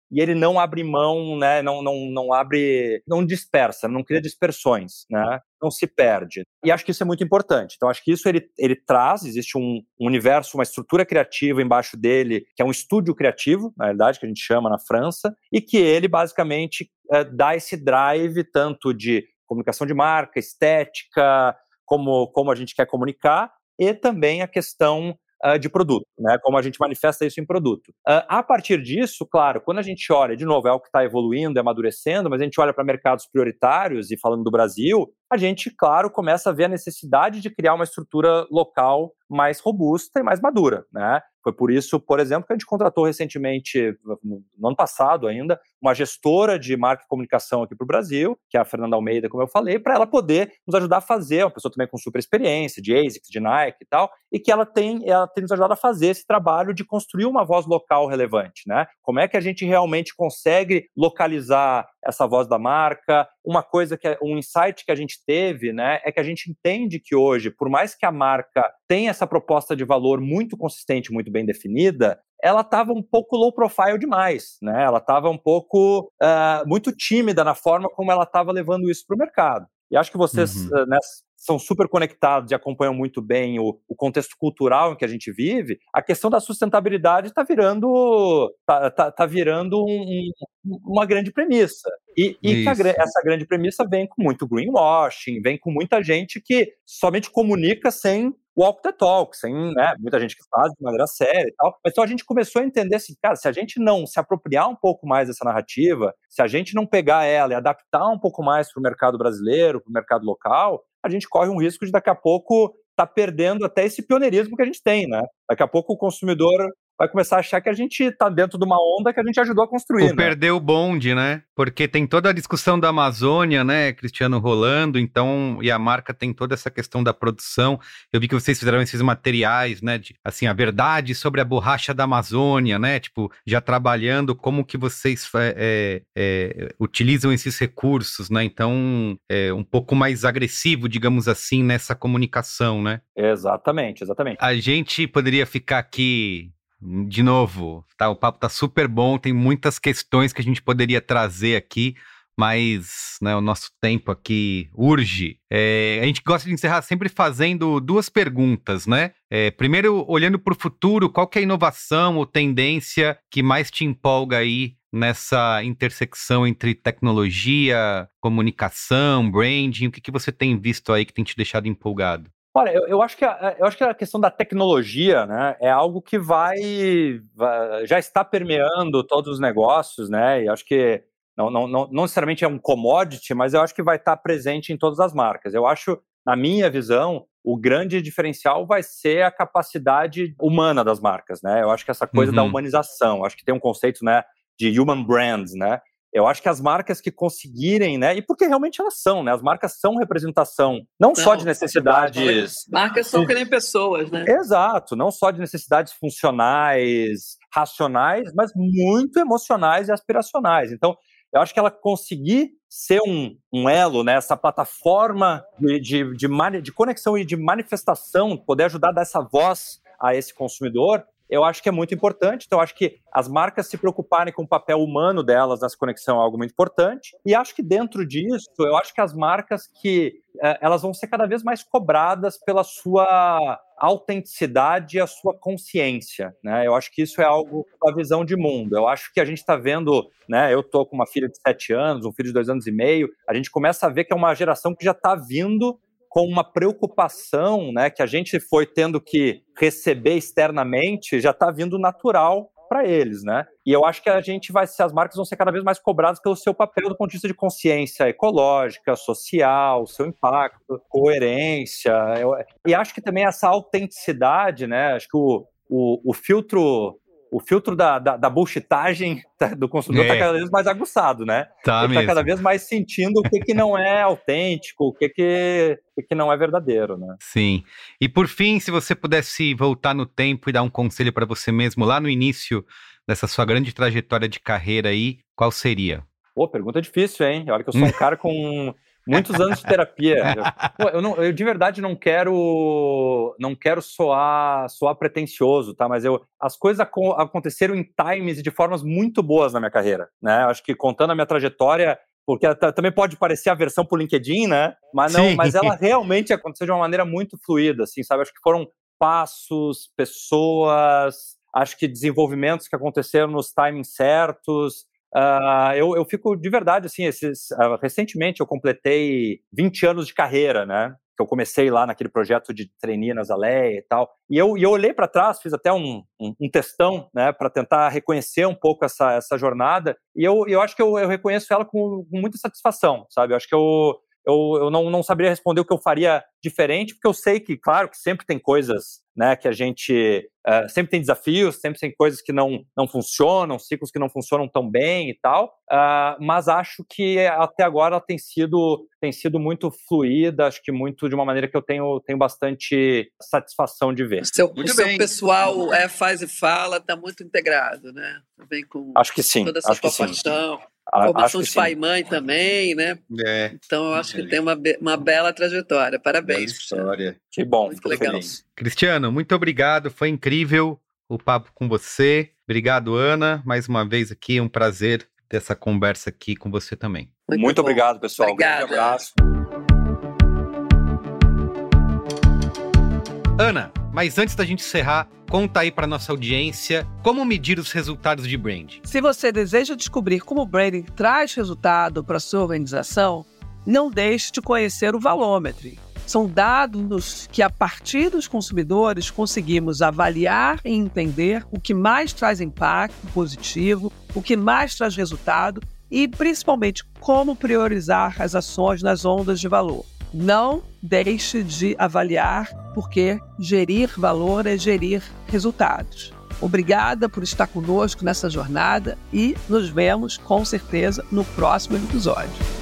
[SPEAKER 4] e ele não abre mão, né, não dispersa, não cria dispersões, né, não se perde. E acho que isso é muito importante. Então, acho que isso ele traz, existe um universo, uma estrutura criativa embaixo dele, que é um estúdio criativo, na realidade, que a gente chama na França, e que ele basicamente dá esse drive tanto de comunicação de marca, estética, como a gente quer comunicar, e também a questão de produto, né? Como a gente manifesta isso em produto. A partir disso, claro, quando a gente olha, de novo, é algo que está evoluindo, amadurecendo, mas a gente olha para mercados prioritários, e falando do Brasil, a gente, claro, começa a ver a necessidade de criar uma estrutura local mais robusta e mais madura, né? Foi por isso, por exemplo, que a gente contratou recentemente, no ano passado ainda, uma gestora de marca e comunicação aqui para o Brasil, que é a Fernanda Almeida, como eu falei, para ela poder nos ajudar a fazer, uma pessoa também com super experiência, de ASICS, de Nike e tal, e que ela tem nos ajudado a fazer esse trabalho de construir uma voz local relevante, né? Como é que a gente realmente consegue localizar essa voz da marca? Uma coisa um insight que a gente teve, né, é que a gente entende que hoje, por mais que a marca tenha essa proposta de valor muito consistente, muito bem definida, ela estava um pouco low profile demais, né? Ela estava um pouco muito tímida na forma como ela estava levando isso para o mercado. E acho que vocês né, são super conectados e acompanham muito bem o contexto cultural em que a gente vive. A questão da sustentabilidade está virando uma grande premissa. E que essa grande premissa vem com muito greenwashing, vem com muita gente que somente comunica sem walk the talk, sem, né, muita gente que faz de maneira séria e tal. Mas então a gente começou a entender assim, cara, se a gente não se apropriar um pouco mais dessa narrativa, se a gente não pegar ela e adaptar um pouco mais para o mercado brasileiro, para o mercado local, a gente corre um risco de daqui a pouco estar perdendo até esse pioneirismo que a gente tem, né? Daqui a pouco o consumidor vai começar a achar que a gente está dentro de uma onda que a gente ajudou a construir, né?
[SPEAKER 2] Perder o bonde, né? Porque tem toda a discussão da Amazônia, né, Cristiano, rolando, então, e a marca tem toda essa questão da produção. Eu vi que vocês fizeram esses materiais, né, assim, a verdade sobre a borracha da Amazônia, né, tipo, já trabalhando como que vocês utilizam esses recursos, né, então, um pouco mais agressivo, digamos assim, nessa comunicação, né?
[SPEAKER 4] Exatamente.
[SPEAKER 2] A gente poderia ficar aqui de novo, tá? O papo tá super bom, tem muitas questões que a gente poderia trazer aqui, mas, né, o nosso tempo aqui urge. A gente gosta de encerrar sempre fazendo duas perguntas, né? Primeiro, olhando para o futuro, qual que é a inovação ou tendência que mais te empolga aí nessa intersecção entre tecnologia, comunicação, branding? O que você tem visto aí que tem te deixado empolgado?
[SPEAKER 4] Olha, eu acho que a questão da tecnologia, né, é algo que já está permeando todos os negócios, né, e acho que não necessariamente é um commodity, mas eu acho que vai estar presente em todas as marcas. Eu acho, na minha visão, o grande diferencial vai ser a capacidade humana das marcas, né, eu acho que essa coisa da humanização, acho que tem um conceito, né, de human brands, né. Eu acho que as marcas que conseguirem, né, e porque realmente elas são, né, as marcas são representação, não só de necessidades...
[SPEAKER 3] Marcas são que nem pessoas, né?
[SPEAKER 4] Exato, não só de necessidades funcionais, racionais, mas muito emocionais e aspiracionais. Então, eu acho que ela conseguir ser um elo, né, essa plataforma de conexão e de manifestação, poder ajudar a dar essa voz a esse consumidor, eu acho que é muito importante. Então, acho que as marcas se preocuparem com o papel humano delas nessa conexão é algo muito importante. E acho que dentro disso, eu acho que as marcas elas vão ser cada vez mais cobradas pela sua autenticidade e a sua consciência, né? Eu acho que isso é algo da visão de mundo. Eu acho que a gente está vendo, né? Eu tô com uma filha de 7 anos, um filho de 2 anos e meio. A gente começa a ver que é uma geração que já está vindo com uma preocupação, né, que a gente foi tendo que receber externamente, já está vindo natural para eles, né? E eu acho que as marcas vão ser cada vez mais cobradas pelo seu papel do ponto de vista de consciência ecológica, social, seu impacto, coerência. E acho que também essa autenticidade, né? Acho que o filtro da bullshitagem do consumidor está cada vez mais aguçado, né? Ele está cada vez mais sentindo o que não é autêntico, o que não é verdadeiro, né?
[SPEAKER 2] Sim. E por fim, se você pudesse voltar no tempo e dar um conselho para você mesmo lá no início dessa sua grande trajetória de carreira aí, qual seria?
[SPEAKER 4] Pô, pergunta difícil, hein? Olha que eu sou um cara com Muitos anos de terapia. Eu de verdade não quero soar pretencioso, tá? Mas as coisas aconteceram em times e de formas muito boas na minha carreira, né? Acho que contando a minha trajetória, porque também pode parecer a versão por LinkedIn, né? Mas ela realmente aconteceu de uma maneira muito fluida, assim, sabe? Acho que foram passos, pessoas, acho que desenvolvimentos que aconteceram nos timings certos. Eu fico de verdade, assim, recentemente eu completei 20 anos de carreira, né? Que eu comecei lá naquele projeto de trainee na Azaleia e tal. E eu olhei para trás, fiz até um textão, né? Para tentar reconhecer um pouco essa jornada. E eu acho que eu reconheço ela com muita satisfação, sabe? Eu acho que eu não saberia responder o que eu faria diferente, porque eu sei que, claro, que sempre tem coisas, né, que a gente... sempre tem desafios, sempre tem coisas que não funcionam, ciclos que não funcionam tão bem e tal, mas acho que até agora ela tem sido muito fluida, acho que muito de uma maneira que eu tenho bastante satisfação de ver.
[SPEAKER 3] O seu pessoal faz e fala, está muito integrado, né? Vem com
[SPEAKER 4] acho que sim,
[SPEAKER 3] toda essa formação. Formação de pai e mãe também, né? Então eu acho que tem uma bela trajetória. Parabéns.
[SPEAKER 5] História.
[SPEAKER 4] Que bom,
[SPEAKER 3] muito legal.
[SPEAKER 4] Feliz.
[SPEAKER 2] Cristiano, muito obrigado, foi incrível o papo com você. Obrigado, Ana, mais uma vez aqui, um prazer ter essa conversa aqui com você também.
[SPEAKER 4] Muito obrigado, pessoal.
[SPEAKER 3] Obrigada.
[SPEAKER 4] Um grande abraço.
[SPEAKER 2] Ana, mas antes da gente encerrar, conta aí para nossa audiência como medir os resultados de branding.
[SPEAKER 3] Se você deseja descobrir como o branding traz resultado para a sua organização, não deixe de conhecer o Valômetro. São dados que, a partir dos consumidores, conseguimos avaliar e entender o que mais traz impacto positivo, o que mais traz resultado e, principalmente, como priorizar as ações nas ondas de valor. Não deixe de avaliar, porque gerir valor é gerir resultados. Obrigada por estar conosco nessa jornada e nos vemos, com certeza, no próximo episódio.